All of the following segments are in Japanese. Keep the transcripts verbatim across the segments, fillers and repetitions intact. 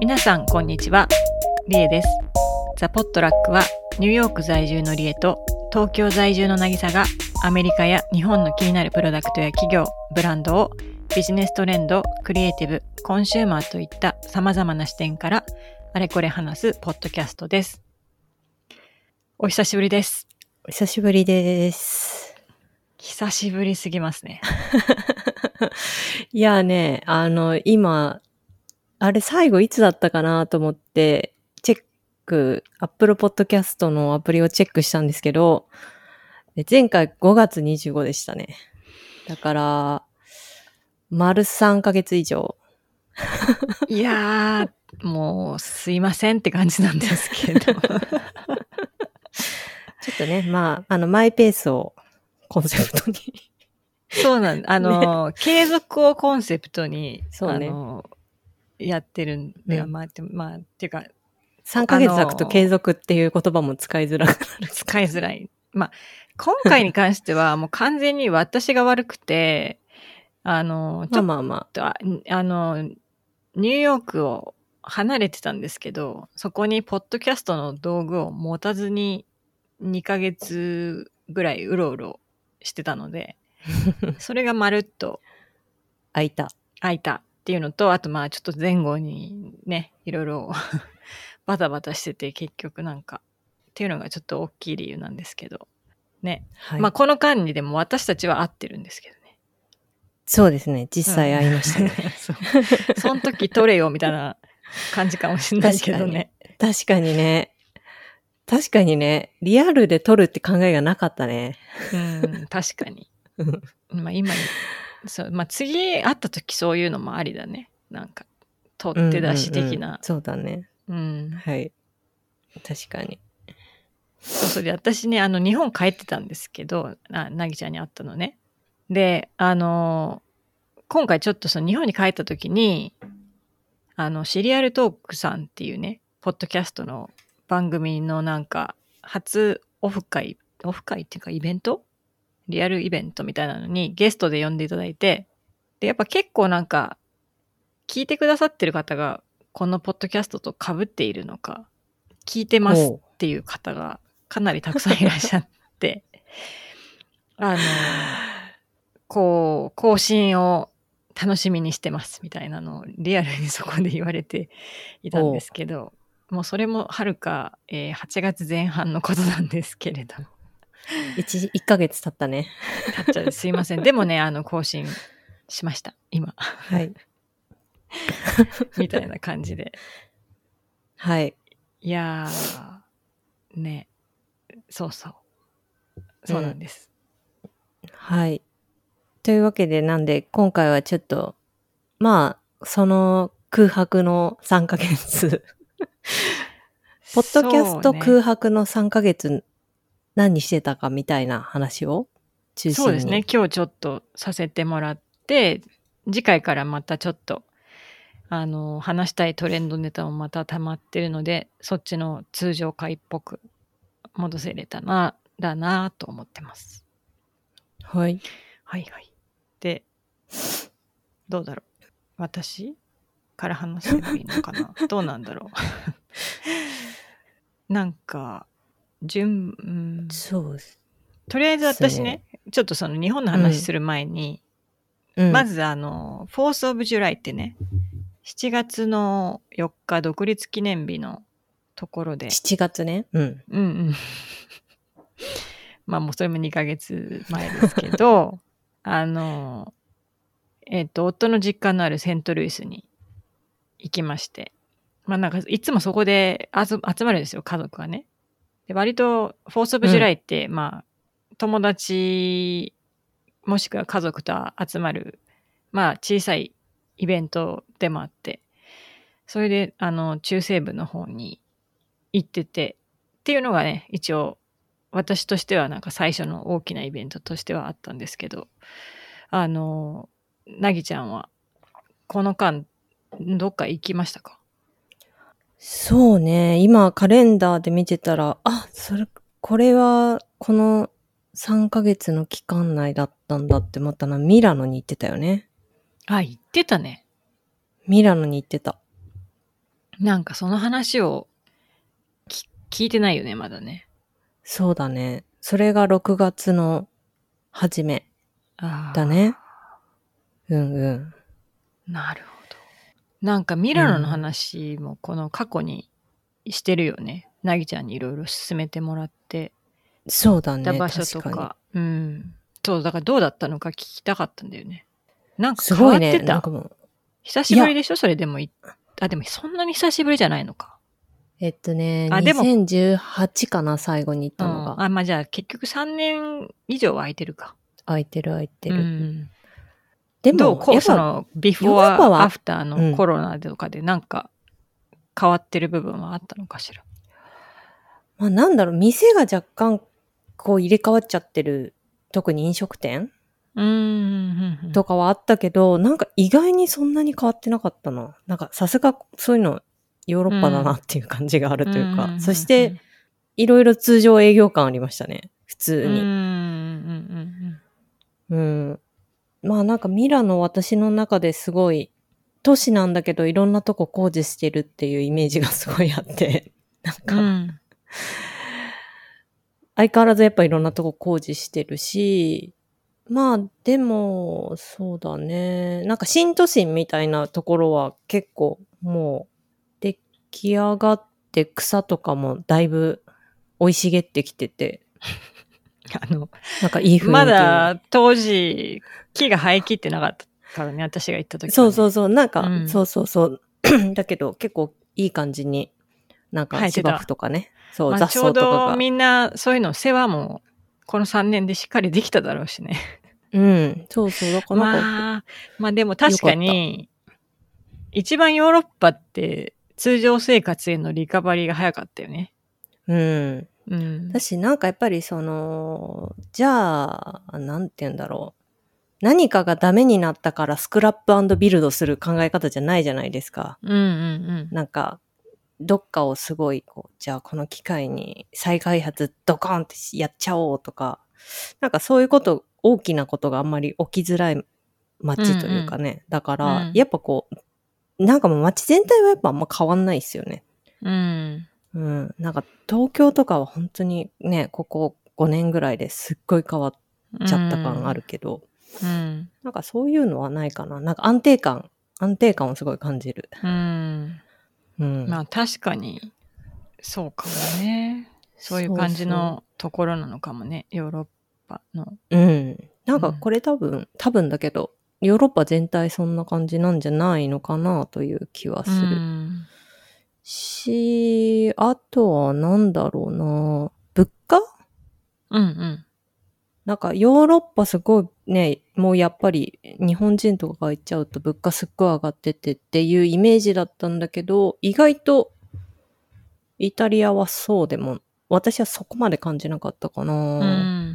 皆さんこんにちは、リエです。ザ・ポットラックはニューヨーク在住のリエと東京在住のなぎさがアメリカや日本の気になるプロダクトや企業、ブランドをビジネストレンド、クリエイティブ、コンシューマーといった様々な視点からあれこれ話すポッドキャストです。お久しぶりです。 お久しぶりです。 久しぶりすぎますね。 いやね、あの、今、あれ最後いつだったかなと思って、チェック、Apple Podcast のアプリをチェックしたんですけど、前回ごがつにじゅうごでしたね。だから、丸さんかげつ以上。 いやー、もうすいませんって感じなんですけど。 ちょっとね、まあ、あの、マイペースをコンセプトに。 そうなんあの、ね、継続をコンセプトに、 そうね、 あの、やってるんで、うん、まあ、まあ、っていうか、 さんかげつ空くと継続っていう言葉も使いづらくなる。 使いづらい。まあ、今回に関してはもう完全に私が悪くて、あの、ちょっと、まあまあまあ、あの、ニューヨークを離れてたんですけど、そこにポッドキャストの道具を持たずににかげつぐらいうろうろしてたので、それがまるっと開いた。 開いたっていうのと、あとまあちょっと前後にね、いろいろバタバタしてて結局なんかっていうのがちょっと大きい理由なんですけどね、はい、まあこの間にでも私たちは会ってるんですけどね。 そうですね、実際会いましたね。 うん、そ, その時撮れよみたいな感じかもしれないけどね。 確かに、確かにね。確かにね、リアルで撮るって考えがなかったね。 うん、確かに。まあ今に、そう、まあ次会った時そういうのもありだね。なんか、取って出し的な。 うんうんうん、そうだね。 うん。 はい。確かに。 そうそうで、私ね、あの、日本帰ってたんですけど、あ、なぎちゃんに会ったのね。で、あの、今回ちょっとその日本に帰った時に、あの、シリアルトークさんっていうね、ポッドキャストの番組のなんか、初オフ会、オフ会っていうかイベントリアルイベントみたいなのにゲストで呼んでいただいて、で、やっぱ結構なんか、聞いてくださってる方が、このポッドキャストと被っているのか、聞いてますっていう方がかなりたくさんいらっしゃって、あの、こう、更新を楽しみにしてますみたいなのをリアルにそこで言われていたんですけど、もうそれもはるか、えー、はちがつぜん半のことなんですけれど。 1, いっかげつ経ったね。 経っちゃう。すいません。でもね、あの、更新しました。今。 はい。 みたいな感じで。 はい。 いやー、ね。そうそう。そうなんです。 うん、はい。というわけで、なんで、今回はちょっと、まあ、その空白のさんかげつ。ポッドキャスト空白のさんかげつ、何してたかみたいな話を中心に。 そうですね。今日ちょっとさせてもらって、次回からまたちょっと、あの、話したいトレンドネタもまた溜まってるので、そっちの通常回っぽく戻せれたな、だなと思ってます。 はい。 はいはい。で、どうだろう。私から話してもいいのかなどうなんだろう。なんか、順、うん、 そうです。 とりあえず私ね、ちょっとその日本の話する前に、うん、まずあの、フォースオブジュライってね、しちがつのよっか独立記念日のところで。 しちがつね。うん。 うんうん。まあもうそれもにかげつまえですけど、あの、えっと、夫の実家のあるセントルイスに行きまして。まあなんかいつもそこで集まるんですよ、家族がね。で割とフォースオブジュライって、うん、まあ友達もしくは家族と集まる、まあ小さいイベントでもあって、それであの中西部の方に行っててっていうのがね、一応私としてはなんか最初の大きなイベントとしてはあったんですけど、あのなぎちゃんはこの間どっか行きましたか？ そうね、今カレンダーで見てたら、あ、それこれはこのさんかげつの期間内だったんだって思ったな。ミラノに行ってたよね。 あ、行ってたね。 ミラノに行ってた。 なんかその話をき聞いてないよね、まだね。 そうだね。それがろくがつの初めあだね。うんうん。 なるほど。なんかミラノの話もこの過去にしてるよね。なぎちゃんにいろいろ勧めてもらってそうだね。 た場所と確かに。 か。うん。そう、だからどうだったのか聞きたかったんだよね。なんかす変わごいね。 ってた。 なんかもう、 久しぶりでしょそれでもい、あ、でもそんなに久しぶりじゃないのか。 えっとね、 あでもにせんじゅうはちかな、最後に行ったのが。 うん、あ、まあじゃあ結局さんねん以上は空いてるか。 空いてる空いてる。 うん、 でも、 どうこやっぱそのビフォヨーロッパはーアフターのコロナとかでなんか変わってる部分はあったのかしら。 まあなんだろう、店が若干こう入れ替わっちゃってる、特に飲食店うーんとかはあったけど、なんか意外にそんなに変わってなかったな。なんかさすがそういうのヨーロッパだなっていう感じがあるというか、 うんそしていろいろ通常営業感ありましたね。普通に。 うんうんうん。まあなんかミラノ私の中ですごい都市なんだけどいろんなとこ工事してるっていうイメージがすごいあって、なんか、 うん相変わらずやっぱいろんなとこ工事してるし、まあでも、そうだね。なんか新都心みたいなところは結構もう出来上がって草とかもだいぶ生い茂ってきてて、 あのなんかいい雰囲気に。 まだ当時木が生えきってなかったからね、私が行った時は、ね。 そうそうそう。なんか、 うん、 そうそうそう。だけど結構いい感じに、なんか芝生とかね。そう、 まあ、 雑ちょう草とかが。 どみんなそういうの世話もこのさんねんでしっかりできただろうしね。 うん。そうそう。だからなんか、 まあ、まあでも確かに、一番ヨーロッパって通常生活へのリカバリーが早かったよね。 うん。 うん。 私なんかやっぱりその、じゃあ、なんて言うんだろう。何かがダメになったからスクラップ&ビルドする考え方じゃないじゃないですか。 うんうんうん。 なんか、どっかをすごい、こう、じゃあこの機会に再開発ドコンってやっちゃおうとか、なんかそういうこと、大きなことがあんまり起きづらい街というかね。うんうん、だから、うん、やっぱこう、なんかもう街全体はやっぱあんま変わんないですよね。 うん。 うん。なんか東京とかは本当にね、ここごねんぐらいですっごい変わっちゃった感あるけど、 うん、 なんかそういうのはないかな。なんか安定感、安定感をすごい感じる。 うん。うん、まあ確かに、そうかもね。そういう感じのところなのかもね、ヨーロッパの。 うん。なんかこれ多分、うん、多分だけど、ヨーロッパ全体そんな感じなんじゃないのかなという気はする。うん、し、あとはなんだろうな。物価？ うんうん。 なんかヨーロッパすごいね、もうやっぱり日本人とかが行っちゃうと物価すっごい上がっててっていうイメージだったんだけど、意外とイタリアはそうでも、私はそこまで感じなかったかな。うん、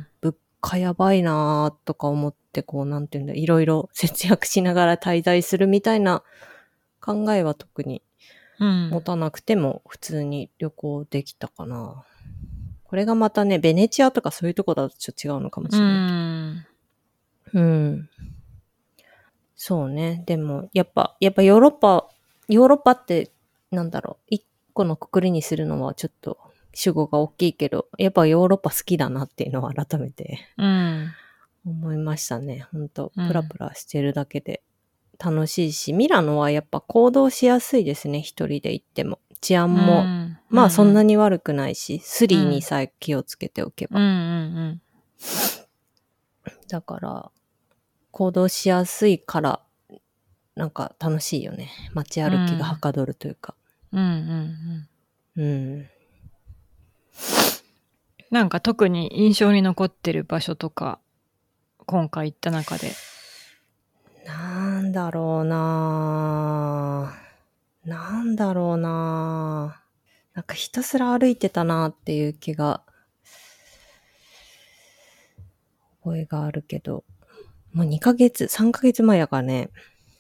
物価やばいなとか思って、こうなんていうんだ、いろいろ節約しながら滞在するみたいな考えは特に持たなくても普通に旅行できたかな。うん、これがまたね、ベネチアとかそういうとこだとちょっと違うのかもしれないけど。うん。うん。そうね。でも、やっぱ、やっぱヨーロッパ、ヨーロッパって、なんだろう、一個のくくりにするのはちょっと主語が大きいけど、やっぱヨーロッパ好きだなっていうのを改めて、うん、思いましたね。ほんと、プラプラしてるだけで楽しいし、ミラノはやっぱ行動しやすいですね。一人で行っても。治安も、うん、まあそんなに悪くないし、スリーにさえ気をつけておけば。うんうんうん、だから、行動しやすいから、なんか楽しいよね。街歩きがはかどるというか。うんうんうん。うん。 なんか特に印象に残ってる場所とか、今回行った中で。 なんだろうなぁ。なんだろうなぁ。なんかひたすら歩いてたなっていう気が、覚えがあるけど、もうにかげつ、さんかげつまえやからね、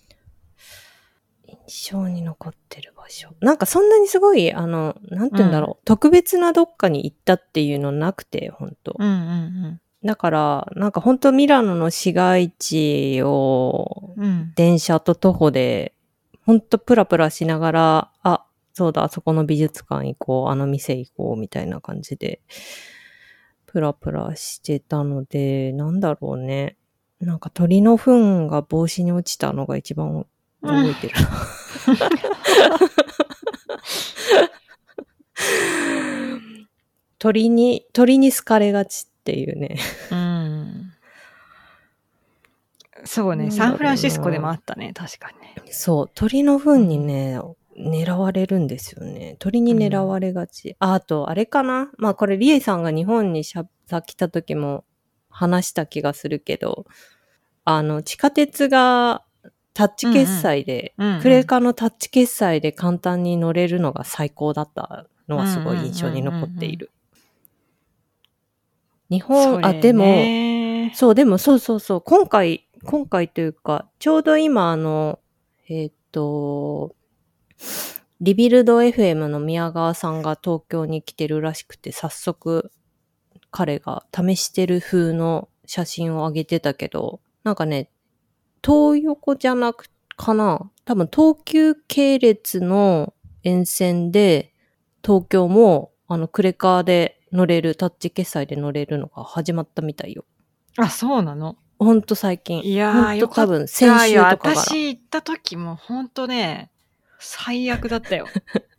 印象に残ってる場所。なんかそんなにすごい、あの、なんて言うんだろう、うん、特別などっかに行ったっていうのなくて、ほんと。うんうんうん、だから、なんかほんとミラノの市街地を、電車と徒歩で、ほんとプラプラしながら、あ、 そうだ、あそこの美術館行こう、あの店行こう、みたいな感じで、プラプラしてたので、なんだろうね。なんか鳥の糞が帽子に落ちたのが一番覚えてるな。鳥に、鳥に好かれがちっていうね。 うん。そうね、 なんだろうなサンフランシスコでもあったね、確かにね。 そう、鳥の糞にね、狙われるんですよね。鳥に狙われがち。あ、あと、あれかな、まあこれ、リエさんが日本にしゃさ来た時も話した気がするけど、あの、地下鉄がタッチ決済で、 うんうんクレカのタッチ決済で簡単に乗れるのが最高だったのはすごい印象に残っている。日本、あ、でも、そう、でもそうそうそう、今回、今回というか、ちょうど今あの、えっと、リビルド エフエム の宮川さんが東京に来てるらしくて、早速彼が試してる風の写真を上げてたけど、なんかね、東横じゃなくかな、多分東急系列の沿線で、東京もあのクレカで乗れる、タッチ決済で乗れるのが始まったみたいよ。 あ、そうなの？ ほんと最近。 いやー、 ほんと多分先週とかから。 私行った時もほんとね、最悪だったよ。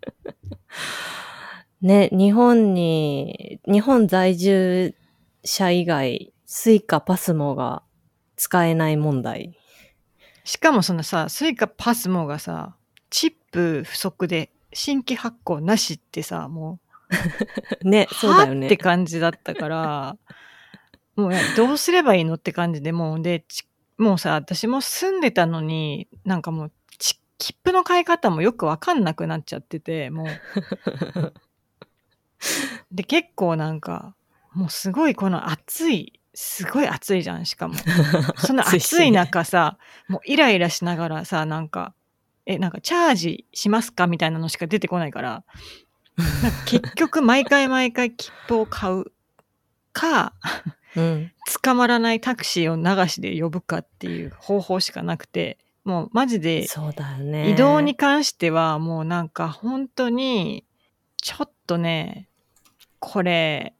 ね、日本に、日本在住者以外、スイカパスモが使えない問題。 しかもそのさ、スイカパスモがさ、チップ不足で新規発行なしってさ、もう。ね、そうだよね。 はって感じだったから、もうどうすればいいのって感じで、もうで、もうさ、私も住んでたのに、なんかもう、切符の買い方もよくわかんなくなっちゃってて、もう。で、結構なんか、もうすごいこの暑い、すごい暑いじゃん、しかも。その暑い中さ、もうイライラしながらさ、なんか、え、なんかチャージしますかみたいなのしか出てこないから、なんか結局毎回毎回切符を買うか、うん、捕まらないタクシーを流しで呼ぶかっていう方法しかなくて、もうマジで、 そうだよね。 移動に関してはもうなんか本当に、ちょっとね、これ、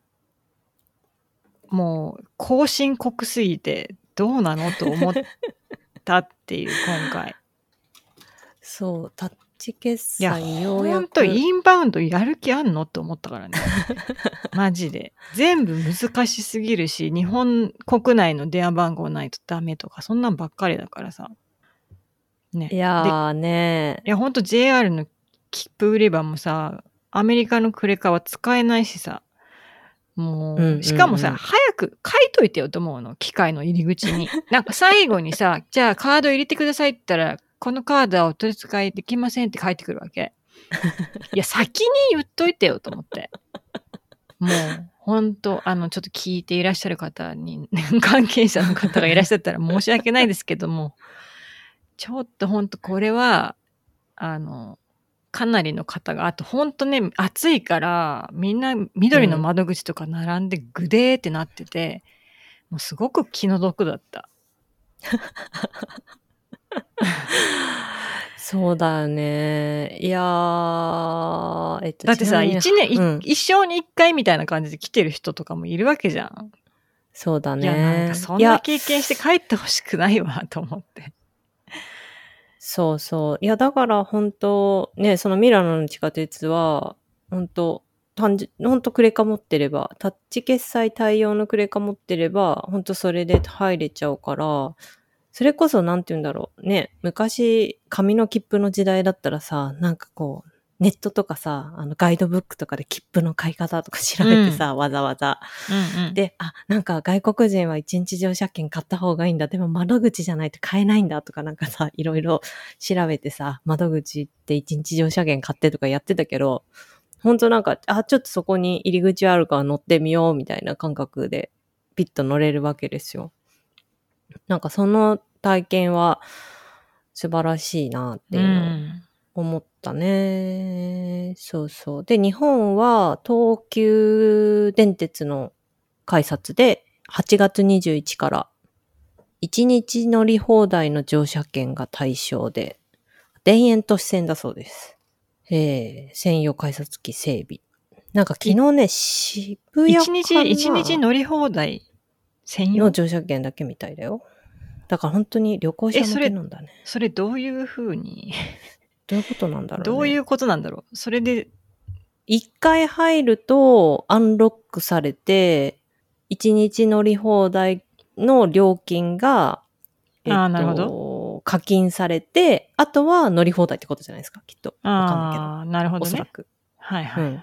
もう後進国すぎてどうなのと思ったっていう今回。 そう、タッチ決済ようやく。 ほんとインバウンドやる気あんのって思ったからね。マジで。全部難しすぎるし、日本国内の電話番号ないとダメとか、そんなんばっかりだからさ。ね。 いやーね。 いやほんと ジェイアール の切符売り場もさ、アメリカのクレカは使えないしさ。もう、うんうんうん、しかもさ、早く書いといてよと思うの。機械の入り口に。なんか最後にさ、じゃあカード入れてくださいって言ったら、このカードはお取り扱いできませんって書いてくるわけ。いや、先に言っといてよと思って。もう、ほんと、あの、ちょっと聞いていらっしゃる方に、関係者の方がいらっしゃったら申し訳ないですけども、ちょっとほんとこれは、あの、かなりの方が、あとほんとね、暑いから、みんな緑の窓口とか並んでグデーってなってて、うん、もうすごく気の毒だった。 そうだよね。いやー、えっと、 だってさ、一年、うん、一生に一回みたいな感じで来てる人とかもいるわけじゃん。 そうだね。 いや、なんかそんな経験して帰ってほしくないわ、と思って。 そうそう。いや、だから本当ね、そのミラノの地下鉄は、本当単純、本当クレカ持ってれば、タッチ決済対応のクレカ持ってれば、本当それで入れちゃうから、それこそなんて言うんだろう。ね、昔、紙の切符の時代だったらさ、なんかこう、ネットとかさ、あのガイドブックとかで切符の買い方とか調べてさ、うん、わざわざ、うんうん。で、あ、なんか外国人は一日乗車券買った方がいいんだ。でも窓口じゃないと買えないんだとかなんかさ、いろいろ調べてさ、窓口って一日乗車券買ってとかやってたけど、ほんとなんか、あ、ちょっとそこに入り口あるから乗ってみようみたいな感覚でピッと乗れるわけですよ。なんかその体験は素晴らしいなっていうのを、うん思ったね。そうそう。で、日本は東急電鉄の改札ではちがつにじゅういちからいちにち乗り放題の乗車券が対象で、田園都市線だそうです。 えー、専用改札機整備。なんか昨日ね、渋谷かな一日、一日乗り放題専用の乗車券だけみたいだよ。だから本当に旅行者向けなんだね。 それどういう風にどういうことなんだろうね。 どういうことなんだろう。それで、 一回入るとアンロックされて、一日乗り放題の料金が、えっと、 あーなるほど課金されて、あとは乗り放題ってことじゃないですか、きっと。わかんないけど。 ああ、なるほどね。 おそらく。 はいはい。 うんいや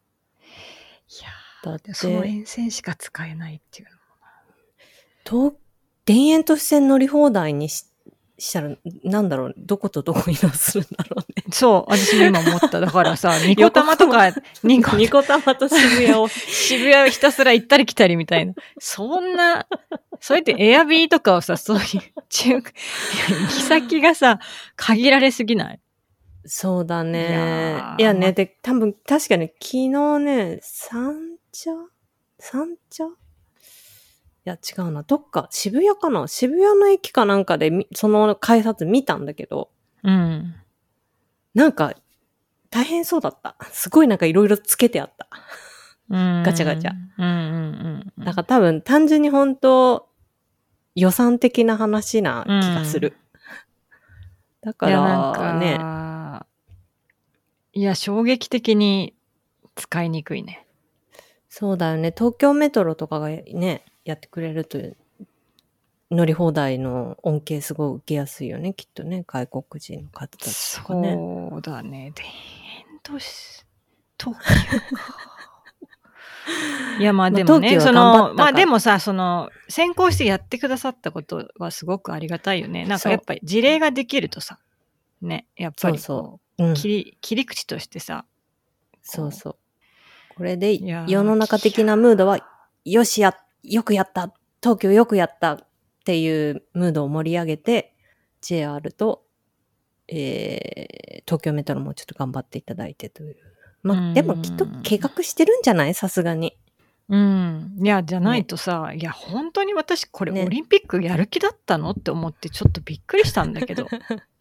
だっーそのて、 沿線しか使えないっていうの。 東、田園都市線乗り放題にししたら、なんだろう、どことどこ移動するんだろうね。 そう、私も今思った。だからさ、ニコタマとか、ニコニコタマと渋谷を。 渋谷をひたすら行ったり来たりみたいな。そんな、それってエアビーとかをさ、そういう、中、行き先がさ、限られすぎない？ そうだね。 いやーいやね、 まで、多分、確かに昨日ね、三茶三茶いや、違うな。どっか、渋谷かな渋谷の駅かなんかでみ、その改札見たんだけど、 うん。 なんか、大変そうだった。すごいなんかいろいろつけてあった。 ガガチャガチャ。 うんうんうん。 だから多分、単純に本当予算的な話な気がする。だかいや、なんら、ね。 か、いや、衝撃的に使いにくいね。 そうだよね。東京メトロとかがね、やってくれると、乗り放題の恩恵すごい受けやすいよね、きっとね。外国人の方たちとかね。 そうだね。田園都市、東京か。いや、まあでもね、 まあ東その、 急は頑張ったからまあでもさ、その、先行してやってくださったことはすごくありがたいよね。なんかやっぱり事例ができるとさ、ね、やっぱりこう、 そうそううん切り、切り口としてさ、 そうそう。これでいやー世の中的なムードは、よしや、よくやった、東京よくやったっていうムードを盛り上げて、ジェイアール と、えー、東京メトロもちょっと頑張っていただいてという。まあ、 うんでもきっと計画してるんじゃないさすがに。 うん。いや、じゃないとさ、いや、本当に私これねオリンピックやる気だったのって思ってちょっとびっくりしたんだけど。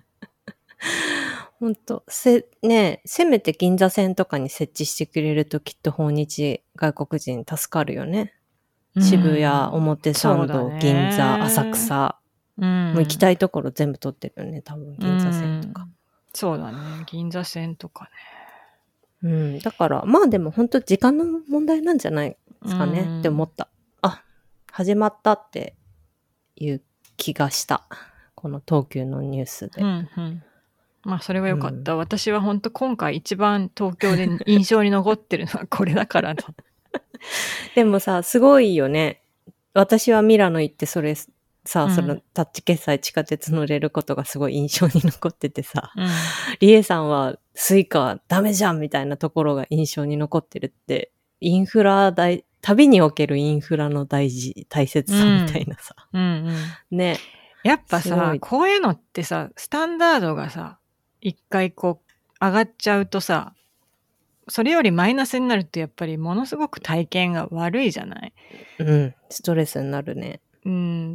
ほんと、せ、ねせめて銀座線とかに設置してくれるときっと訪日外国人助かるよね。渋谷、表参道、銀座、浅草。 うん。 もう行きたいところ全部取ってるよね、多分、銀座線とか。 うんそうだね。銀座線とかね。 うん。だから、まあでも本当時間の問題なんじゃないですかね、 うんって思った。あ、始まったっていう気がした。この東急のニュースで。 うんうん。まあそれはよかった。私は本当今回一番東京で印象に残ってるのはこれだからと。 でもさ、すごいよね。私はミラノ行ってそれさ、 うんそのタッチ決済地下鉄乗れることがすごい印象に残っててさ、 うん。 リエさんはスイカダメじゃんみたいなところが印象に残ってるって、インフラ大、旅におけるインフラの大事、大切さみたいなさ。 うんうん。 ね。 やっぱすごい、 さこういうのってさ、スタンダードがさ、一回こう上がっちゃうとさ、それよりマイナスになるとやっぱりものすごく体験が悪いじゃない？ うん、ストレスになるね。 うん、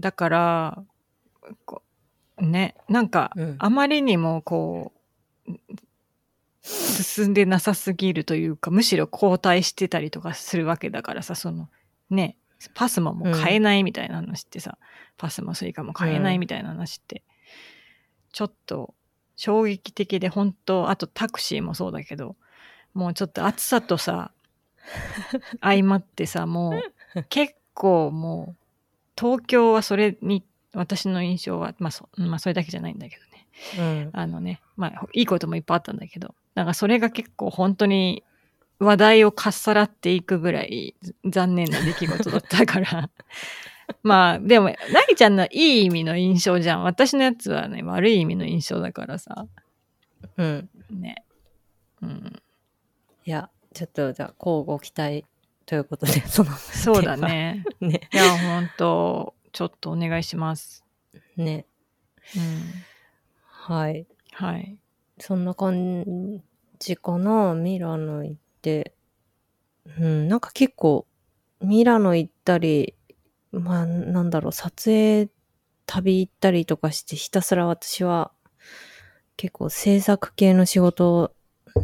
だから、こうね、なんか、 うんあまりにもこう、進んでなさすぎるというか、むしろ後退してたりとかするわけだからさ、その、ね、パスモも買えないみたいな話ってさ、パスモスイカも買えないみたいな話って、ちょっと衝撃的で、本当あとタクシーもそうだけど、もうちょっと暑さとさ、相まってさ、もう結構もう、東京はそれに、私の印象は、まあそ、まあそれだけじゃないんだけどね。 うん。 あのね、まあいいこともいっぱいあったんだけど、なんかそれが結構本当に話題をかっさらっていくぐらい残念な出来事だったから。まあでも、なぎちゃんのいい意味の印象じゃん。私のやつはね、悪い意味の印象だからさ。 うん。 ね。うん。 いや、ちょっとじゃあ、交互期待ということで、その。 そうだね。 ね。 いや、ほんと、ちょっとお願いします。 ね。 うん。 はい。 はい。 そんな感じかな。ミラノ行って。うん、なんか結構、ミラノ行ったり、まあ、なんだろう、撮影旅行ったりとかして、ひたすら私は、結構制作系の仕事を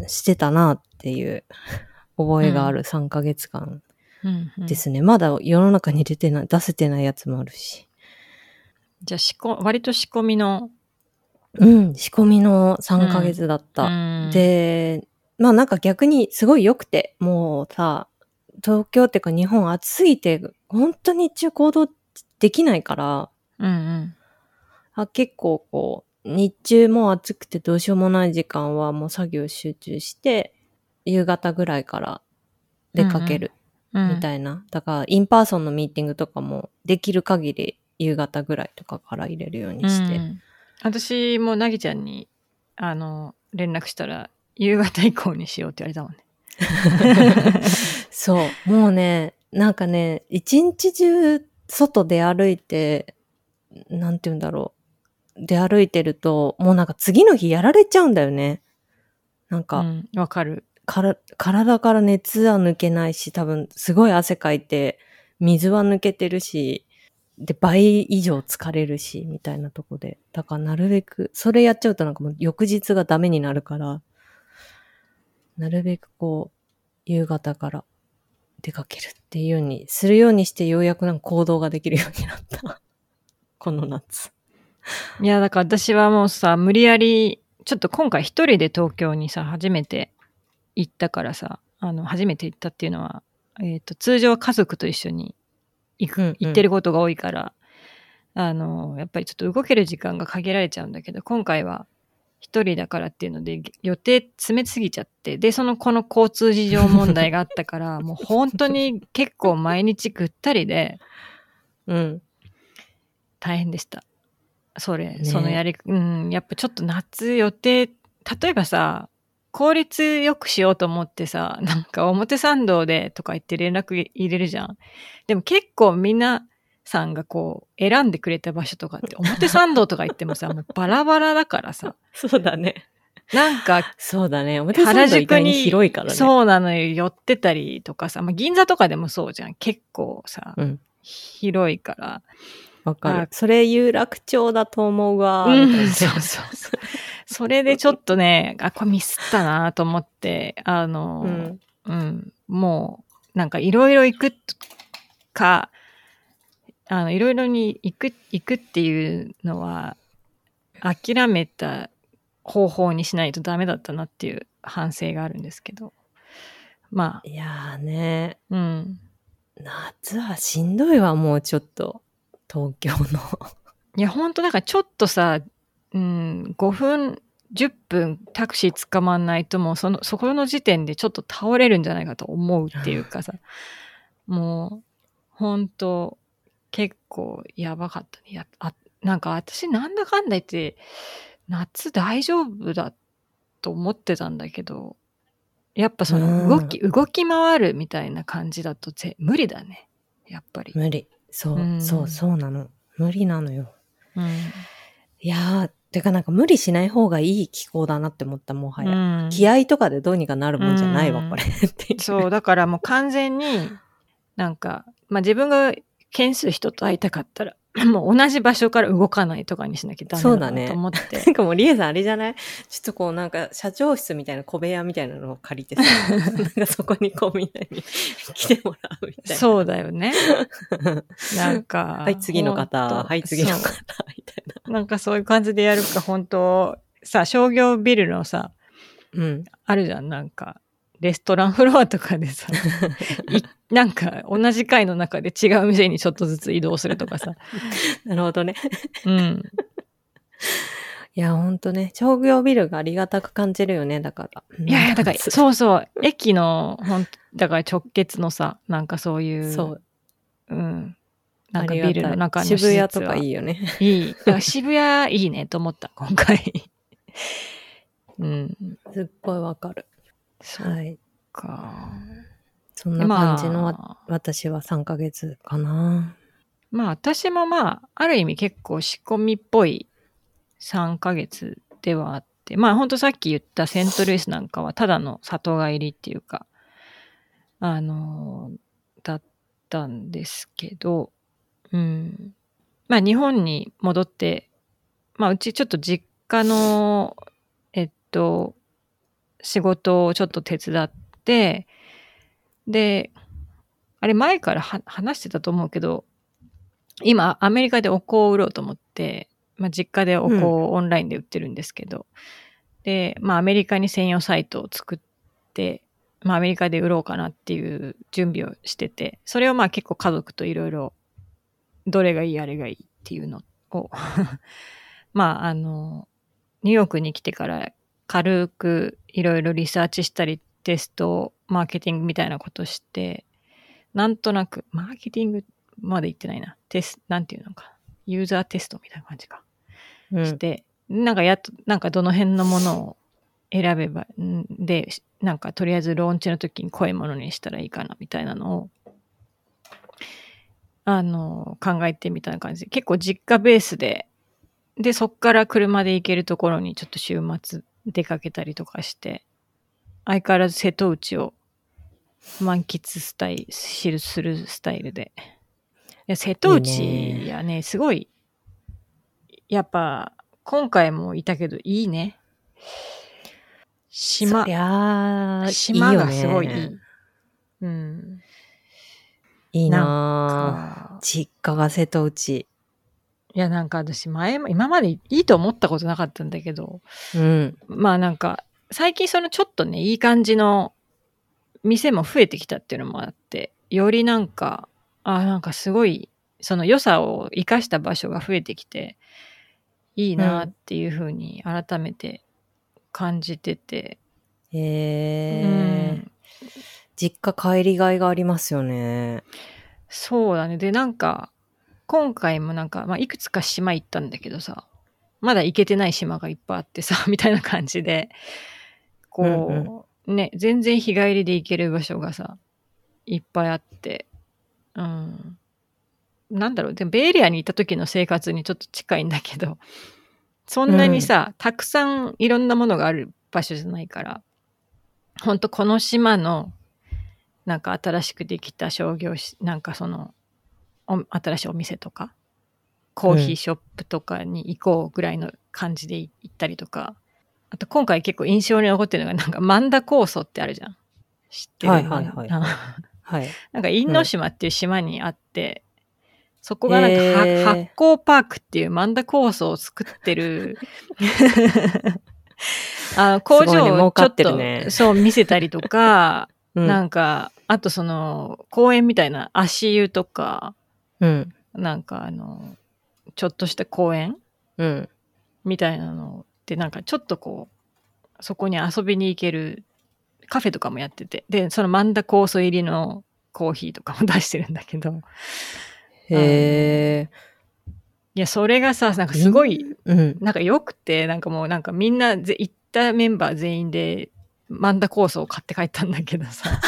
してたなっていう覚えがあるさんかげつかんうんうん、 ですね。まだ世の中に出てない、出せてないやつもあるし。 じゃあ仕込、割と仕込みの。 うん、仕込みのさんかげつだった。 うんうん、 で、まあなんか逆にすごい良くて、もうさ、東京っていうか日本暑すぎて、本当に日中行動できないから、 うんうん、 あ結構こう、日中も暑くてどうしようもない時間はもう作業集中して、夕方ぐらいから出かけるみたいな。うんうん、だから、インパーソンのミーティングとかもできる限り夕方ぐらいとかから入れるようにして。うん、 私もなぎちゃんに、あの、連絡したら、夕方以降にしようって言われたもんね。 そう。もうね、なんかね、一日中外で歩いて、なんて言うんだろう。で歩いてると、もうなんか次の日やられちゃうんだよね。なんか。 うん、わかる。 から体から熱は抜けないし、多分すごい汗かいて、水は抜けてるし、で、倍以上疲れるし、みたいなとこで。だからなるべく、それやっちゃうとなんかもう翌日がダメになるから、なるべくこう、夕方から出かけるっていうように、するようにしてようやくなんか行動ができるようになった。この夏。 いや、だから私はもうさ、無理やり、ちょっと今回一人で東京にさ、初めて行ったからさ、あの、初めて行ったっていうのは、えっと、通常は家族と一緒に行く、うんうん、行ってることが多いから、あの、やっぱりちょっと動ける時間が限られちゃうんだけど、今回は一人だからっていうので、予定詰めすぎちゃって、で、そのこの交通事情問題があったから、もう本当に結構毎日ぐったりで、 うん。 大変でした。それ、ね、そのやり、うん、やっぱちょっと夏予定、例えばさ、効率よくしようと思ってさ、なんか表参道でとか言って連絡入れるじゃん。でも結構みんなさんがこう選んでくれた場所とかって表参道とか言ってもさ、もうバラバラだからさ。 そうだね。 なんか、 そうだね。表参道意外に広いからね。 そうなのよ。寄ってたりとかさ、まあ、銀座とかでもそうじゃん。結構さ、うん、広いから。 わかる。それ有楽町だと思うわ、みたいな、ね。 そうそうそう。それでちょっとね、あ、これミスったなと思って、あの、うん、うん、もう、なんかいろいろ行くか、あの、いろいろに行く、行くっていうのは、諦めた方法にしないとダメだったなっていう反省があるんですけど。まあ。 いやーね。 うん。 夏はしんどいわ、もうちょっと。東京の。 いや、ほんとなんかちょっとさ、うん、ごふん、じゅっぷんタクシー捕まんないともうその、そこの時点でちょっと倒れるんじゃないかと思うっていうかさ、もう、ほんと、結構やばかったね。やあなんか私なんだかんだ言って、夏大丈夫だと思ってたんだけど、やっぱその動き、動き回るみたいな感じだとぜ無理だね。やっぱり。 無理。そう、うん、そう、そうなの。無理なのよ。うん、いやー、てかなんか無理しない方がいい気候だなって思った、もはや。うん、気合とかでどうにかなるもんじゃないわ、うん、これっていう。 そう、だからもう完全に、なんか、まあ自分が件数人と会いたかったら、もう同じ場所から動かないとかにしなきゃダメだなと思って。そうだね。 なんかもうリエさんあれじゃない？ちょっとこうなんか社長室みたいな小部屋みたいなのを借りてさ、なんかそこにこうみんなに来てもらうみたいな。 そうだよね。なんか。 はい、次の方。はい、次の方。みたいな。 なんかそういう感じでやるか、本当さ、商業ビルのさ、うん、あるじゃん、なんか。レストランフロアとかでさ、なんか同じ階の中で違う店にちょっとずつ移動するとかさ。 なるほどね。 うん。 いや、ほんとね、商業ビルがありがたく感じるよね、だから。 いやいや、だから、そうそう、駅の、ほんだから直結のさ、なんかそういう、そう。うん。なんかビルの中の施設は渋谷とかいいよね。 いい。だから渋谷いいねと思った、今回。うん。 すっごいわかる。 はいか。 そんな感じの、まあ、私はさんかげつかな。 まあ私もまあ、ある意味結構仕込みっぽいさんかげつではあって、まあほんとさっき言ったセントルイスなんかはただの里帰りっていうか、あの、だったんですけど、うん。まあ日本に戻って、まあうちちょっと実家の、えっと、 仕事をちょっと手伝って、で、あれ前からは話してたと思うけど、今アメリカでお香を売ろうと思って、まあ、実家でお香をオンラインで売ってるんですけど、うん、で、まあアメリカに専用サイトを作って、まあアメリカで売ろうかなっていう準備をしてて、それをまあ結構家族といろいろどれがいいあれがいいっていうのをまああのニューヨークに来てから軽くいろいろリサーチしたりテストマーケティングみたいなことして、なんとなくマーケティングまで言ってないな、テスなんていうのか、ユーザーテストみたいな感じか、うん、して、なんかやっとなんかどの辺のものを選べばんで、なんかとりあえずローンチの時にこういうものにしたらいいかなみたいなのをあの考えてみたいな感じで、結構実家ベースで、でそっから車で行けるところにちょっと週末出かけたりとかして、相変わらず瀬戸内を満喫スタイルするスタイルで、いや瀬戸内やね、すごいやっぱ今回もいたけどいいね。島、 そりゃー島がすごいいい。 いいよね。 うん。 いいなぁ。実家が瀬戸内。 いやなんか私前も今までいいと思ったことなかったんだけど、 うん、 まあなんか最近そのちょっとねいい感じの店も増えてきたっていうのもあって、よりなんかあなんかすごいその良さを生かした場所が増えてきていいなっていう風に改めて感じてて、 うん、へー、うん、実家帰りがいがありますよね。 そうだね。でなんか今回もなんか、まあ、いくつか島行ったんだけどさ、まだ行けてない島がいっぱいあってさみたいな感じでこう、うんうん、ね全然日帰りで行ける場所がさいっぱいあって、うん、なんだろう、でもベイエリアにいた時の生活にちょっと近いんだけど、そんなにさ、うん、たくさんいろんなものがある場所じゃないから、ほんとこの島のなんか新しくできた商業しなんかその新しいお店とかコーヒーショップとかに行こうぐらいの感じで行ったりとか、あと今回結構印象に残ってるのがなんかマンダ酵素ってあるじゃん、知ってる？ はいはいはいはい。 なんか因島っていう島にあって、うん、そこがなんか発酵パークっていうマンダ酵素を作ってるあ工場をちょっと、ね、そう見せたりとか、うん、なんかあとその公園みたいな足湯とか、うん、なんかあのちょっとした公園、うん、みたいなのでなんかちょっとこうそこに遊びに行けるカフェとかもやってて、でそのマンダ酵素入りのコーヒーとかも出してるんだけど、へー、いやそれがさなんかすごい、うん、なんかよくて、なんかもうなんかみんな行ったメンバー全員でマンダ酵素を買って帰ったんだけどさ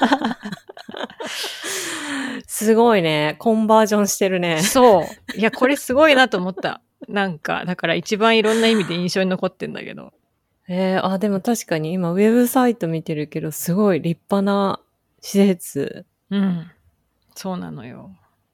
すごいね、コンバージョンしてるね。 そういやこれすごいなと思った。なんかだから一番いろんな意味で印象に残ってんだけど、 えー、あでも確かに今ウェブサイト見てるけどすごい立派な施設。 うん、そうなのよ。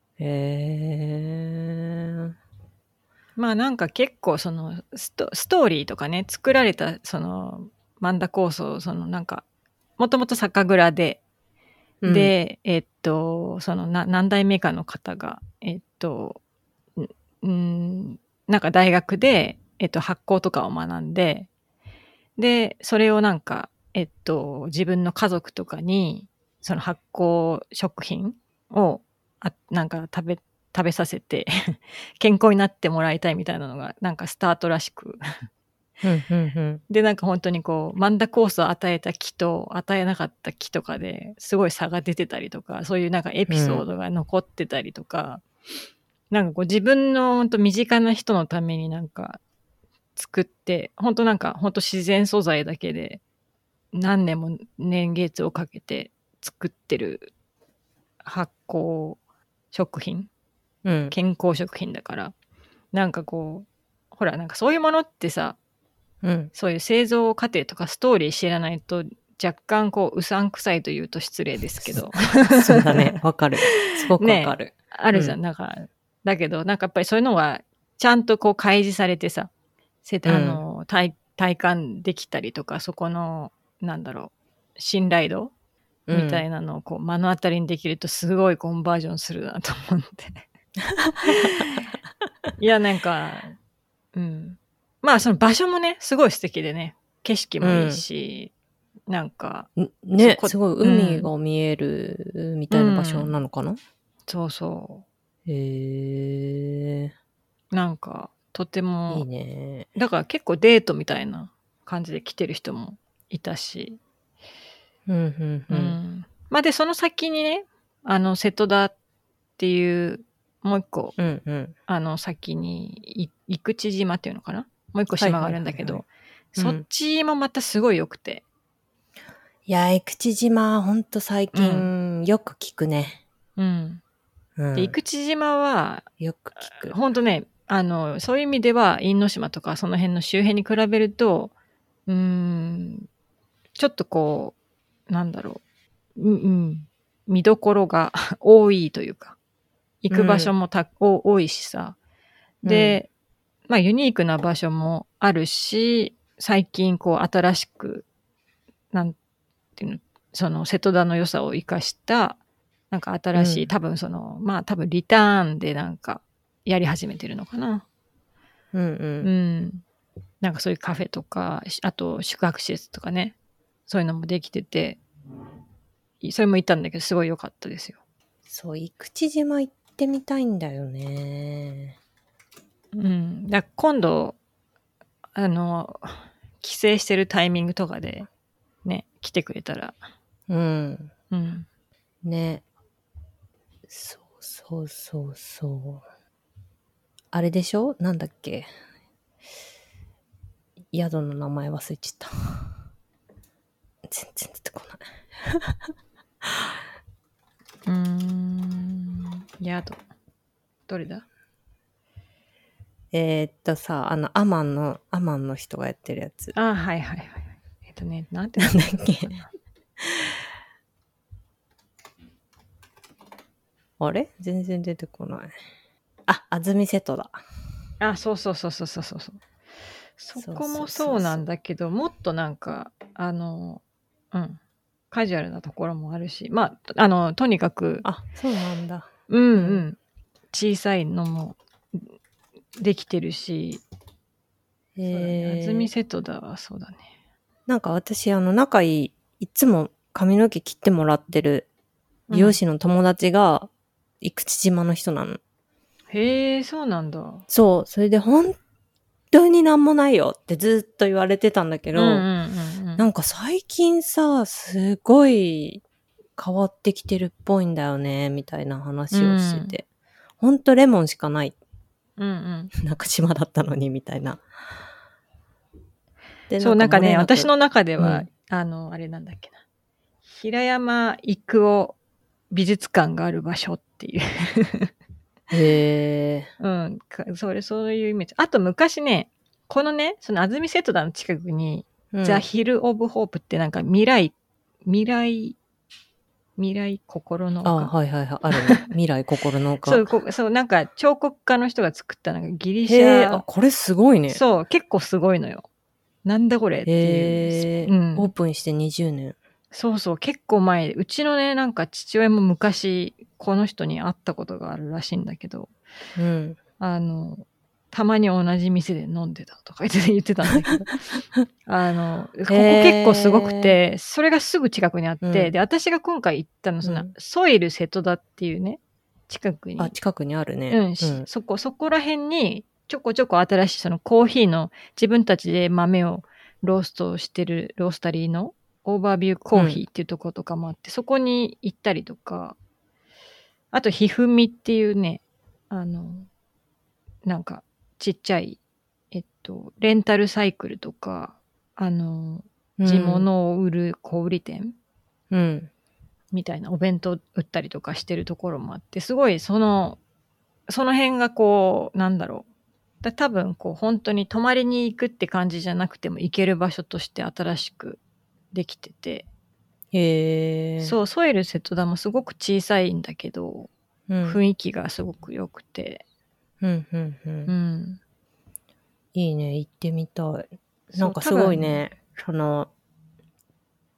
へー、 まあなんか結構そのス ト, ストーリーとかね作られたそのマンダ酵素、そのなんかもともと酒蔵で、うん、でえっとそのな何代目かの方がえっとんなんか大学で、えっと、発酵とかを学んで、でそれをなんかえっと自分の家族とかにその発酵食品をあなんか食べ食べさせて健康になってもらいたいみたいなのがなんかスタートらしくうんうんうん、 でなんか本当にこうマンダ酵素を与えた木と与えなかった木とかですごい差が出てたりとか、そういうなんかエピソードが残ってたりとか、うん、なんかこう自分の本当身近な人のためになんか作って、本当なんか本当自然素材だけで何年も年月をかけて作ってる発酵食品、うん、健康食品だから、なんかこうほらなんかそういうものってさ、うん、そういう製造過程とかストーリー知らないと若干こううさんくさいというと失礼ですけどそうだね、わかる、すごくわかる、ね、 あるじゃん、うん、なんかだけどなんかやっぱりそういうのがちゃんとこう開示されてさ、あの、うん、体, 体感できたりとか、そこのなんだろう、信頼度みたいなのをこう目の当たりにできるとすごいコンバージョンするなと思っていやなんかうんまあその場所もねすごい素敵でね、景色もいいし、うん、なんかねすごい海が見えるみたいな場所なのかな、うん、 そうそうへえなんかとてもいいね。 だから結構デートみたいな感じで来てる人もいたし、 うんうんうん。うん、 まあでその先にね、あの瀬戸田っていうもう一個、 うんうん、 あの先に生口島っていうのかな、もう一個島があるんだけど、はいはいはいはい、そっちもまたすごい良くて。 いや生口島ほんと最近よく聞くね。 うん。うん、で生口島はよく聞く。 ほんとね、あのそういう意味では因島とかその辺の周辺に比べるとうーんちょっとこうなんだろう、うんうん、見どころが多いというか、行く場所もた、うん、多いしさ。で、うん、まあユニークな場所もあるし、最近こう新しく、なんていうの、その瀬戸田の良さを生かした、なんか新しい、うん、多分その、まあ多分リターンでなんかやり始めてるのかな。 うんうん。 うん。なんかそういうカフェとか、あと宿泊施設とかね、そういうのもできてて、それも行ったんだけどすごい良かったですよ。 そう生口島行ってみたいんだよね。 うん。だ今度あの帰省してるタイミングとかでね来てくれたら。 うんうんね。そうそうそうそう。あれでしょ？なんだっけ？宿の名前忘れちゃった。全然出てこない。 うーん宿どれだ？ えー、っとさ、あのアマンのアマンの人がやってるやつ。 あ、はいはいはい。えっとね、なんてなんだっけ？あれ？全然出てこない。あ、安住瀬戸だ。 あ、そうそうそうそうそうそう。そこもそうなんだけど、もっとなんかあのうんカジュアルなところもあるし、まああのとにかくあ、そうなんだ。 うんうん、うん、小さいのもできてるし、そうだね、安住瀬戸田はそうだね。 なんか私あの仲いい、いつも髪の毛切ってもらってる美容師の友達が生口島の人なの、うん、 へえ、そうなんだ。 そう、それで本当になんもないよってずっと言われてたんだけど、うんうんうんうん、なんか最近さすごい変わってきてるっぽいんだよねみたいな話をしてて、うん、ほんとレモンしかない、うんうん、なんか島だったのにみたいな。 でそうなんかね、私の中では、うん、あのあれなんだっけな、平山郁夫美術館がある場所っていうへえ、 うん、それそういうイメージ。あと昔ね、このね、その安住瀬戸田の近くに、うん、ザ・ヒル・オブ・ホープってなんか未来未来未来心の丘。 あ、はいはいはい、あるね。未来心の丘。 そうこ、そう、なんか彫刻家の人が作ったなんかギリシャ。 へー、あ、これすごいね。 そう、結構すごいのよ。なんだこれっていう。 へー、うん、オープンしてにじゅうねん。 そうそう、結構前。うちのね、なんか父親も昔、この人に会ったことがあるらしいんだけど、うん、あの、たまに同じ店で飲んでたとか言って言ってたんだけど、あの、ここ結構すごくて、それがすぐ近くにあって、うん、で、私が今回行ったの、その、うん、ソイル瀬戸田っていうね、近くに。 あ、近くにあるね。 うん、うん、そこ、そこら辺に、ちょこちょこ新しいそのコーヒーの、自分たちで豆をローストしてるロースタリーのオーバービューコーヒーっていうところとかもあって、うん、そこに行ったりとか、あと、ひふみっていうね、あの、なんか、ちっちゃい、えっと、レンタルサイクルとか、あの、地物を売る小売店、うん、みたいなお弁当売ったりとかしてるところもあって、すごいその、その辺がこう、なんだろう。だ多分こう本当に泊まりに行くって感じじゃなくても行ける場所として新しくできてて。 へー。 そう、ソイル瀬戸田もすごく小さいんだけど、うん、雰囲気がすごく良くて。 うんうんうん。うん。いいね、行ってみたい。なんかすごいね、その、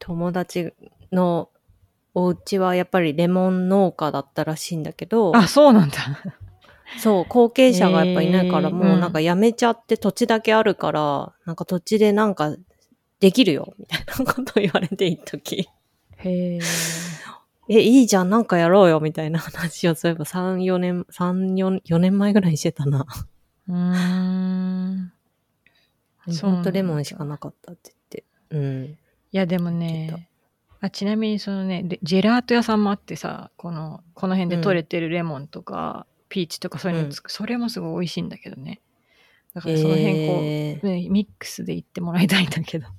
友達のお家はやっぱりレモン農家だったらしいんだけど、 あ、そうなんだ。 そう、後継者がやっぱいないから、 へーもうなんか辞めちゃって土地だけあるから、なんか土地でなんかできるよ、みたいなことを言われて一時。 へえ。 え、いいじゃん、なんかやろうよ、みたいな話をそういえばさん、よねん、さん、よん、よねんまえぐらいにしてたな。 うーん。そうなんだほんとレモンしかなかったって言って。うん。 いやでも言ってね、あちなみにそのね、レジェラート屋さんもあってさ、このこの辺で採れてるレモンとか、ピーチとかそういうのつく、それもすごい美味しいんだけどね。だからその辺こう、 えー、 ね、ミックスで行ってもらいたいんだけど。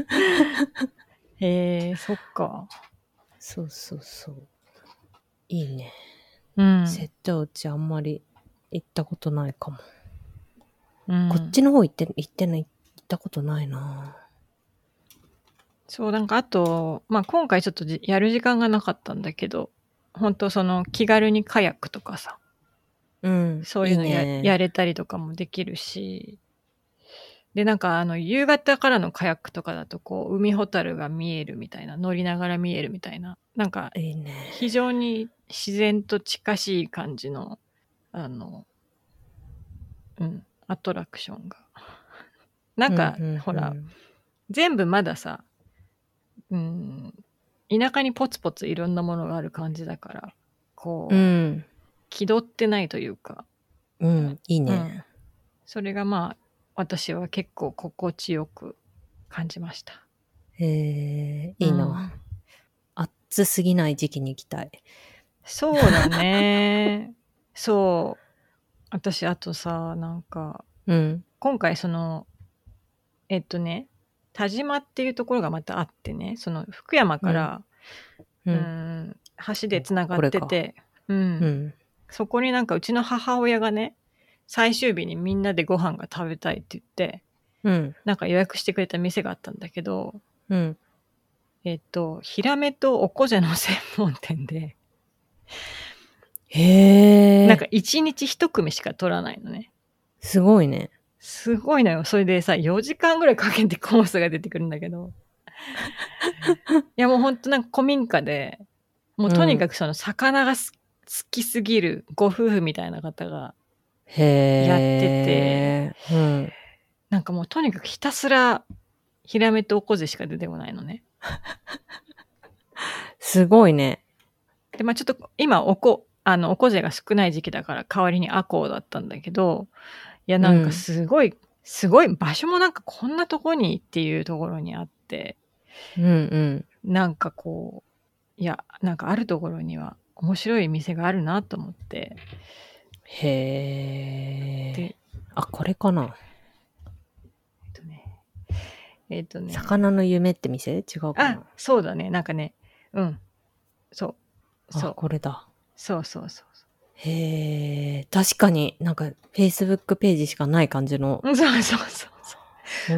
へえ、そっか。 そうそうそう。いいね。 うん。 瀬戸内あんまり行ったことないかも。 うん、 こっちの方行って、行ってない、行ったことないな。 そう、なんかあと、まあ今回ちょっとじやる時間がなかったんだけど、本当その気軽にカヤックとかさ、 うん。 そういうのやいいね。 やれたりとかもできるし、で、なんかあの、夕方からのカヤックとかだと、こう、海ホタルが見えるみたいな、乗りながら見えるみたいな、なんか、 いいね。 非常に自然と近しい感じの、あの、うん、アトラクションが。なんか、 うんうんうんほら、全部まださ、うん、田舎にポツポツいろんなものがある感じだから、こう、 うん。 気取ってないというか、 うん。いいね。 うん、それがまあ、私は結構心地よく感じました。 えー、いいな。 うん暑すぎない時期に行きたい。 そうだね。そう。私、あとさ、なんか、 うん。 今回その、えっとね、田島っていうところがまたあってね、その福山から、 う。 うんん、橋でつながってて、うん、 うん。 そこになんかうちの母親がね、最終日にみんなでご飯が食べたいって言って、 うん。 なんか予約してくれた店があったんだけど、 うん。 えっと、ヒラメとおこぜの専門店で、 へー。 なんか一日一組しか取らないのね。 すごいね。 すごいのよ。それでさ、よじかんぐらいかけてコースが出てくるんだけど。いやもうほんとなんか古民家で、もうとにかくその魚がす好きすぎるご夫婦みたいな方がへー。 やってて、 うん。 なんかもうとにかくひたすらヒラメとおこぜしか出てこないのね。 すごいね。 で、まあちょっと今おこ、あの、おこぜが少ない時期だから代わりにアコウだったんだけど、いやなんかすごい、うん、すごい場所もなんかこんなとこにっていうところにあって、 うんうん。 なんかこう、いや、なんかあるところには面白い店があるなと思って。 へー。 で、 あ、これかな。 えっとね、えっとね。 魚の夢って店？違うかな。 あ、そうだね。なんかね、うん。そう。そう。 あ、これだ。 そうそうそう。 へー。確かになんか Facebook ページしかない感じの。 そうそうそうそう。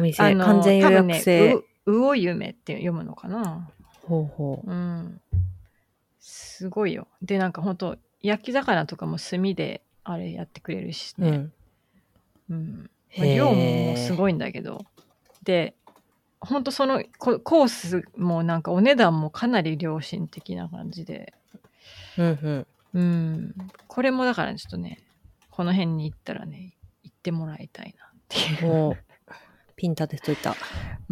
お店、 あの完全予約制。 多分ね、う、うお夢って読むのかな。 ほうほう。うん。すごいよ。で、なんかほんと、焼き魚とかも炭であれやってくれるしね。うん。うんまあ、量ももうすごいんだけど。で、ほんとそのコースもなんかお値段もかなり良心的な感じで。 うんうん。 うん。これもだからちょっとね、この辺に行ったらね、行ってもらいたいなっていう。 もう、ピン立てといた。 うん。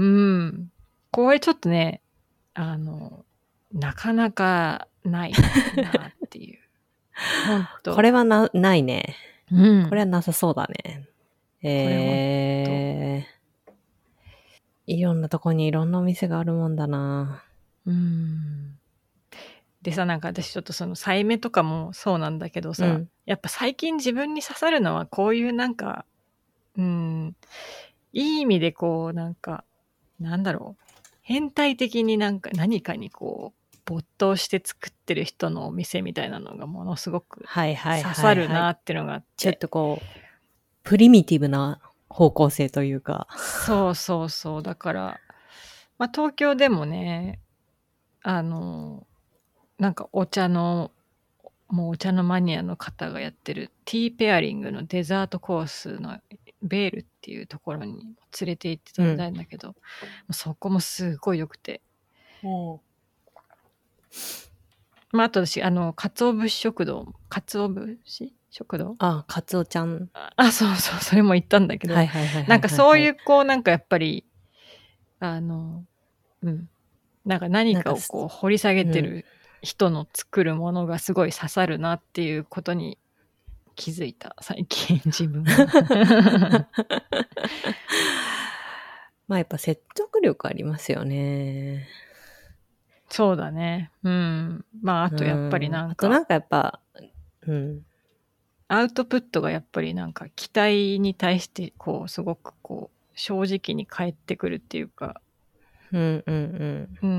これちょっとね、あの、なかなかないなっていう。ほんと。 これはな、ないね。 うん。 これはなさそうだね。えー、いろんなとこにいろんなお店があるもんだな。 うん。でさ、なんか私ちょっとそのサイメとかもそうなんだけどさ、うん、やっぱ最近自分に刺さるのはこういうなんか、うん、いい意味でこうなんか、なんだろう、変態的になんか何かにこう、没頭して作ってる人のお店みたいなのがものすごく刺さるなっていうのがあって。 ちょっとこう、プリミティブな方向性というか。 そうそうそう。だから、まあ東京でもね、あの、なんかお茶の、もうお茶のマニアの方がやってるティーペアリングのデザートコースのベールっていうところに連れて行ってたんだけど、うん、そこもすごい良くて。 おまあ、あと私、あの、かつお節食堂、かつお節食堂あ、かつおちゃん。 あ、そうそう、それも行ったんだけど、 はいはいはいはいはい、はい。 なんかそういう、こう、なんかやっぱり、あの、うん。なんか何かをこう掘り下げてる人の作るものがすごい刺さるなっていうことに気づいた、最近自分は。 まあやっぱ説得力ありますよね。 そうだね。うん。まああとやっぱりなんか。 あとなんかやっぱ、うん。 アウトプットがやっぱりなんか期待に対してこうすごくこう正直に返ってくるっていうか。 うんうんうん。 うん。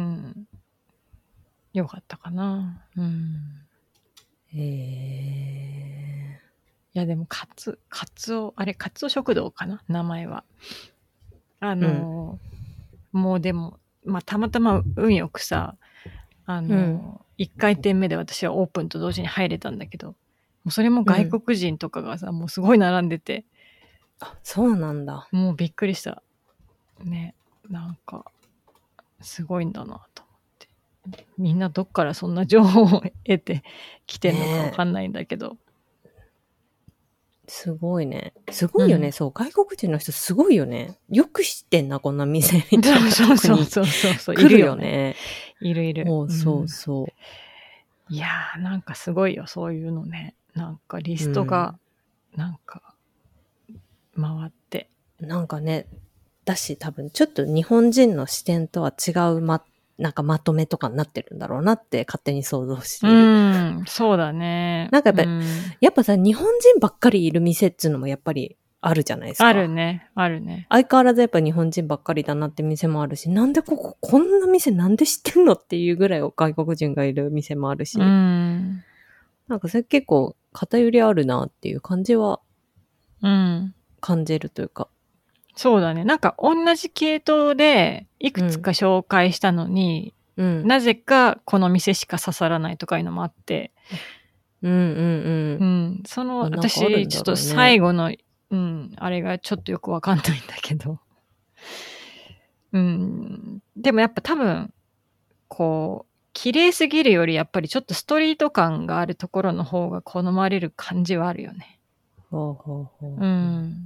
よかったかな。うん。 へえ。 いやでもカツ、カツオ、あれカツオ食堂かな名前は。あの、うん、もうでも、まあたまたま運よくさ、あの、うん、いっかいてんめで私はオープンと同時に入れたんだけど、もうそれも外国人とかがさ、うん、もうすごい並んでて。 あ、そうなんだ。 もうびっくりした。ね、なんか、すごいんだなと思って。みんなどっからそんな情報を得てきてんのかわかんないんだけど。ね、 すごいね。すごいよね、うん。そう。外国人の人すごいよね。よく知ってんな、こんな店みたいな。 そうそうそうそうそう。 来るよね。 いるいる。 そうそうそう。 うん、いやー、なんかすごいよ、そういうのね。なんかリストが、なんか、回って、 うん。なんかね、だし多分ちょっと日本人の視点とは違うま、なんかまとめとかになってるんだろうなって勝手に想像している。 うん、そうだね。 なんかやっぱり、うん、やっぱさ、日本人ばっかりいる店っていうのもやっぱりあるじゃないですか。 あるね、あるね。 相変わらずやっぱ日本人ばっかりだなって店もあるし、なんでここ、こんな店なんで知ってんのっていうぐらい外国人がいる店もあるし。うん、なんかそれ結構偏りあるなっていう感じは、感じるというか。 うんそうだね。なんか同じ系統でいくつか紹介したのに、うん、なぜかこの店しか刺さらないとかいうのもあって、 うんうんうん。 うん、その、私、ちょっと最後の、うん、あれがちょっとよくわかんないんだけど。うん、でもやっぱ多分、こう、綺麗すぎるよりやっぱりちょっとストリート感があるところの方が好まれる感じはあるよね。 ほうほうほう。 うん。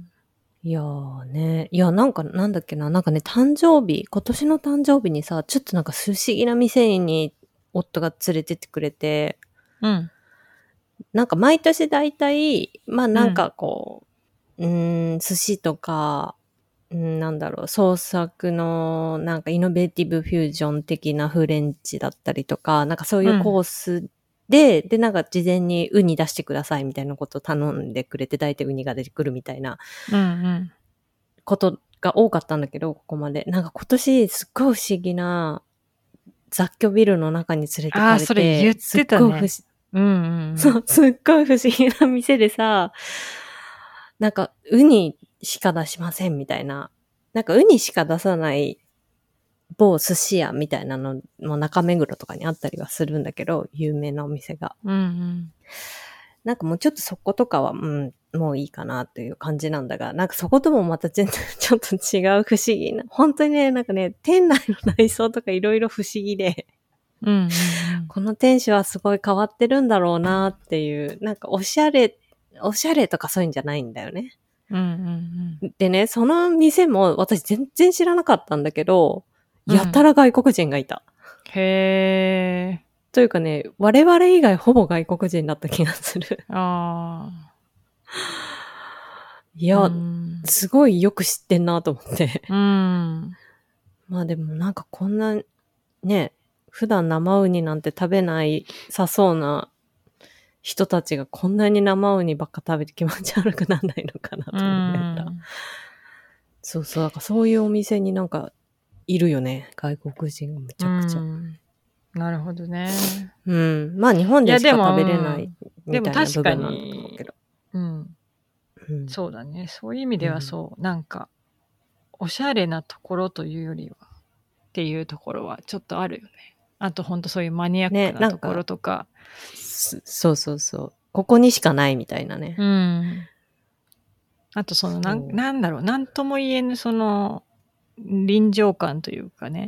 いやーね。いや、なんか、なんだっけな。なんかね、誕生日、今年の誕生日にさ、ちょっとなんか不思議な店に夫が連れてってくれて、 うん。 なんか毎年大体、まあなんかこう、うん、うーん、寿司とか、うん、なんだろう、創作の、なんかイノベーティブフュージョン的なフレンチだったりとか、なんかそういうコースで、うん、で、なんか事前にウニ出してくださいみたいなことを頼んでくれて、大体ウニが出てくるみたいな、ことが多かったんだけど、ここまで。なんか今年、すっごい不思議な雑居ビルの中に連れてかれて、 あ、それ言ってたね。うんうんうん、 そう、すっごい不思議な店でさ、なんか、ウニしか出しませんみたいな。なんか、ウニしか出さない某寿司屋みたいなのも中目黒とかにあったりはするんだけど、有名なお店が。 うんうん、 なんかもうちょっとそことかは、うん、もういいかなという感じなんだが、なんかそこともまた全然ちょっと違う不思議な。本当にね、なんかね、店内の内装とかいろいろ不思議で。 うんうんうん、 この店主はすごい変わってるんだろうなっていう、なんかおしゃれ、おしゃれとかそういうんじゃないんだよね。 うんうんうん、 でね、その店も私全然知らなかったんだけど、やたら外国人がいた。 うん、へー。 というかね、我々以外ほぼ外国人だった気がする。 ああ。 いや、うん、すごいよく知ってんなと思って。 うん。 まあでもなんかこんな、ね、普段生ウニなんて食べないさそうな人たちがこんなに生ウニばっか食べて気持ち悪くならないのかなと思いながら。そうそう、なんかそういうお店になんかいるよね。外国人がむちゃくちゃ。うん、 なるほどね。 うん。まあ日本でしか食べれないみたいな部分なんだと思うけど。 うん。うん、そうだね。そういう意味ではそう、うん、なんか、おしゃれなところというよりは、っていうところはちょっとあるよね。あとほんとそういうマニアックなところとか。 ね、そうそうそう。ここにしかないみたいなね。 うん。あとそのなん、なんだろう、なんとも言えぬその、臨場感というかね。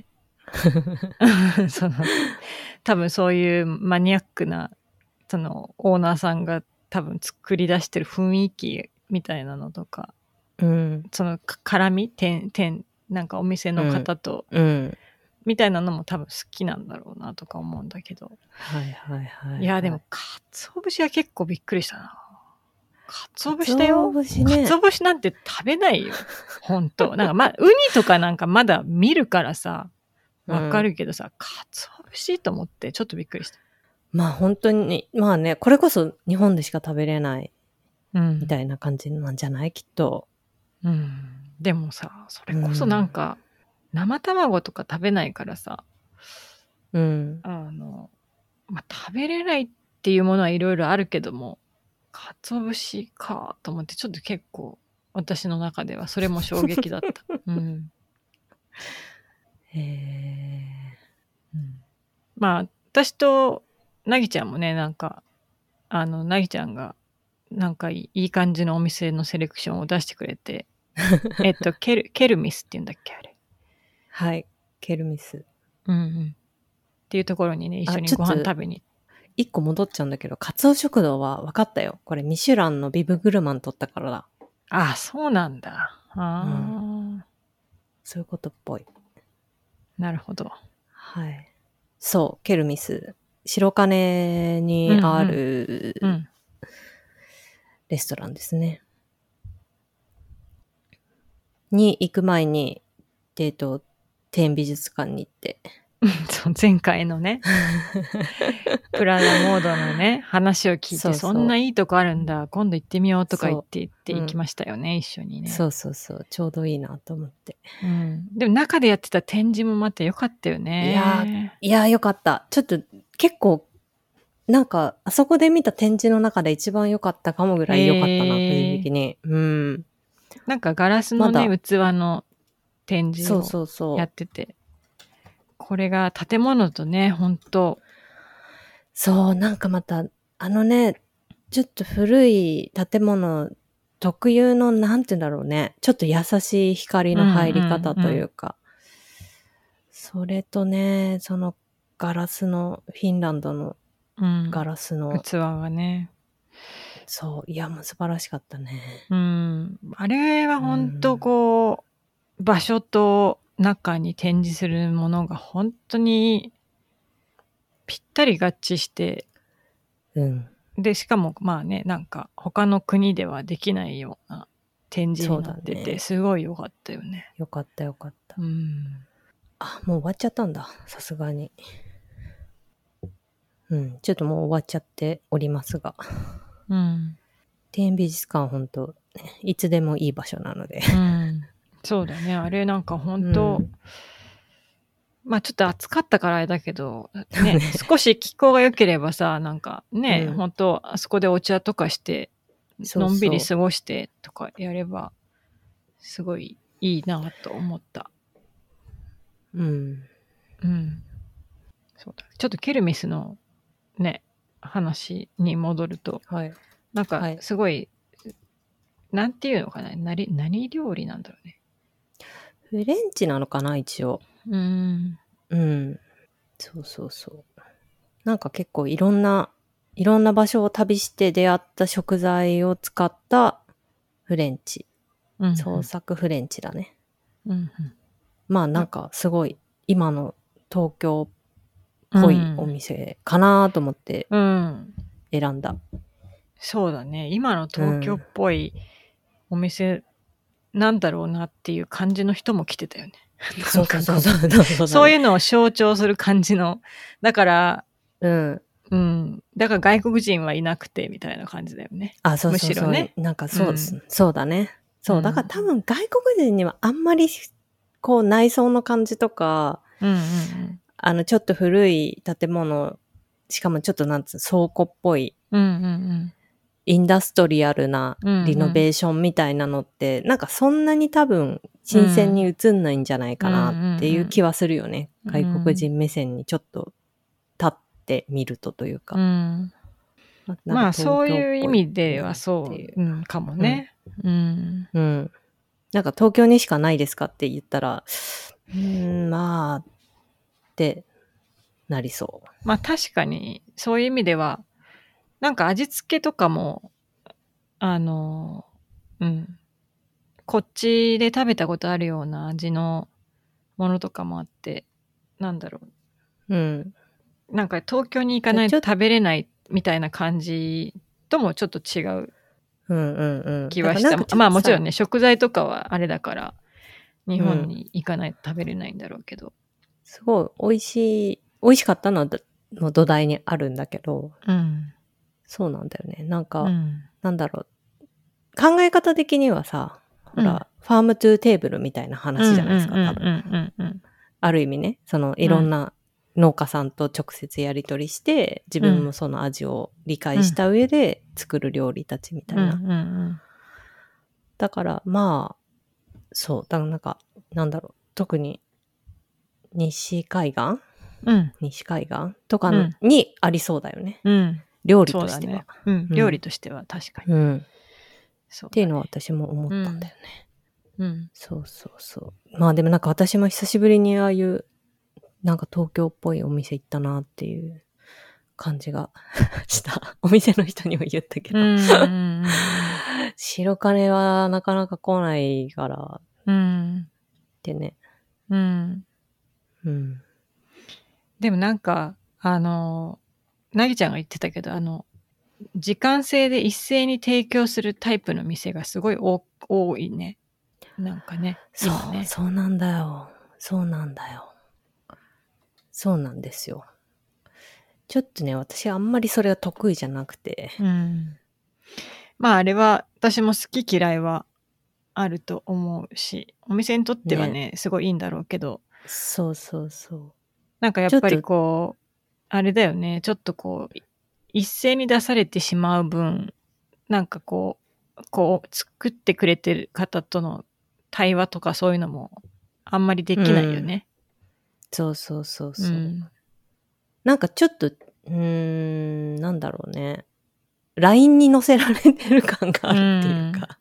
その多分そういうマニアックなそのオーナーさんが多分作り出してる雰囲気みたいなのとか、 うん、 そのか絡み店店なんかお店の方と、 うん、 みたいなのも多分好きなんだろうなとか思うんだけど、 はいはいはい、はい。 いやでも鰹節は結構びっくりしたな。鰹節だ鰹よ。 節ね。 鰹節なんて食べないよ。ほんと。なんかまあ、ウニとかなんかまだ見るからさ、わかるけどさ、鰹節と思ってちょっとびっくりした。 まあ本当に、まあね、これこそ日本でしか食べれないうん。 みたいな感じなんじゃない、きっと。 うん。でもさ、それこそなんか、生卵とか食べないからさ、 うん。 あの、まあ、食べれないっていうものはいろいろあるけども、鰹節かと思ってちょっと結構私の中ではそれも衝撃だった。うん。 へえ。 うん、まあ私となぎちゃんもね、なんかあのなぎちゃんがなんかいい感じのお店のセレクションを出してくれてえっとケルケルミスっていうんだっけあれ。 はい、ケルミス。 うんうん。っていうところにね一緒にご飯食べに。 一個戻っちゃうんだけど、カツオ食堂は分かったよ。これミシュランのビブグルマン取ったからだ。 ああ、そうなんだ。ああ、 うん、そういうことっぽい。 なるほど。 はい。そう、ケルミス。白金にあるレストランですね。に行く前に、えっと、天美術館に行って。 そう前回のね、プラダモードのね、話を聞いて、そうそう、そんないいとこあるんだ、今度行ってみようとか言って言って行きましたよね、うん、一緒にね。 そうそうそう、ちょうどいいなと思って。 うん。でも中でやってた展示もまた良かったよね。 いや、いや、良かった。ちょっと結構、なんか、あそこで見た展示の中で一番良かったかもぐらい良かったな、個人的に。うん。 なんかガラスのね、器の展示をやってて。そうそうそう、これが建物とね、本当そう、なんかまた、あのね、ちょっと古い建物特有の、なんて言うんだろうね。ちょっと優しい光の入り方というか。うんうんうん、それとね、そのガラスの、フィンランドのガラスの、 うん、器がね。 そう、いや、もう素晴らしかったね。 うん。あれは本当こう、うん、場所と中に展示するものが本当にぴったり合致して、 うん。 で、しかもまあね、なんか他の国ではできないような展示になってて、ね、すごい良かったよね。 よかったよかった。 うん。 あ、もう終わっちゃったんだ。さすがに。うん。ちょっともう終わっちゃっておりますが。 うん。 天美術館本当、ね、いつでもいい場所なので。 うん。そうだね。あれなんか本当、うん、まあちょっと暑かったからあれだけど、ね、少し気候が良ければさ、なんかね、うん、本当あそこでお茶とかして、のんびり過ごしてとかやれば、すごいいいなと思った。 うん。 うん。そうだ。ちょっとケルミスのね、話に戻ると、 はい、 なんかすごい、はい、なんていうのかな、何、何料理なんだろうね。 フレンチなのかな、一応。 うん。 うん。そうそうそう。なんか結構いろんな、いろんな場所を旅して出会った食材を使ったフレンチ。うんうん、創作フレンチだね。 うんうん、 まあなんかすごい今の東京っぽいお店かなと思って選んだ、うんうん。そうだね。今の東京っぽいお店なんだろうなっていう感じの人も来てたよね。 そうそうそうそう。 そういうのを象徴する感じの。だから、 うん。 うん。だから外国人はいなくてみたいな感じだよね。 あ、そうそうそう。むしろね。なんかそう、うん、そうだね。そう。だから多分外国人にはあんまりこう内装の感じとか、 うんうんうん、 あのちょっと古い建物、しかもちょっとなんつう倉庫っぽい、 うんうんうん、 インダストリアルなリノベーションみたいなのって、うんうん、なんかそんなに多分新鮮に映んないんじゃないかなっていう気はするよね。うんうんうん、外国人目線にちょっと立ってみるとというか。うん、 まあそういう意味ではそう、うん、かもね、うん。 うん。なんか東京にしかないですかって言ったら、うん、まあ、 ってなりそう。 まあ確かにそういう意味ではなんか味付けとかもあのうんこっちで食べたことあるような味のものとかもあって、なんだろう。うん。 なんか東京に行かないと食べれないみたいな感じともちょっと違ううんうんうん。 気はした。 だからなんかちょっとさまあもちろんね、食材とかはあれだから、日うん本に行かないと食べれないんだろうけど。 すごい美味しい、美味しかったのはどの土台にあるんだけど、 うん。 そうなんだよね。なんか、 うん。 なんだろう。考え方的にはさ、ほら、ファームトゥーテーブルみたいな話じゃないですか、多分。 うんうんうんうんある意味ね、そのいろんな農家さんと直接やり取りして、自分もその味を理解した上で作る料理たちみたいな。 うんうんうんだからまあ、そう、だからなんか、なんだろう、特に西海岸うん西海岸とかうんにありそうだよね。 うん料理としては。 そうだね。うん。料理としては確かに。 うん。 そうだねっていうのは私も思ったんだよね。 うん。 そうそうそう。まあでもなんか私も久しぶりにああいうなんか東京っぽいお店行ったなっていう感じがした。お店の人にも言ったけど。 うんうんうん白金はなかなか来ないからうんってね。 うん。 うん。 でもなんか、あの、なぎちゃんが言ってたけど、あの、時間制で一斉に提供するタイプの店がすごい多多いね。なんかね、 そう、 今ね。 そうなんだよ。そうなんだよ。そうなんですよ。ちょっとね、私あんまりそれは得意じゃなくて。 うん。まああれは私も好き嫌いはあると思うし、お店にとってはね、すごいいいんだろうけど、 そうそうそう。 なんかやっぱりちょっとこう、あれだよね、ちょっとこう、一斉に出されてしまう分、なんかこう、こう、作ってくれてる方との対話とかそういうのもあんまりできないよね。 そうそうそううそう。 ん。 なんかちょっと、うーん、なんだろうね。ライン に載せられてる感があるっていうか、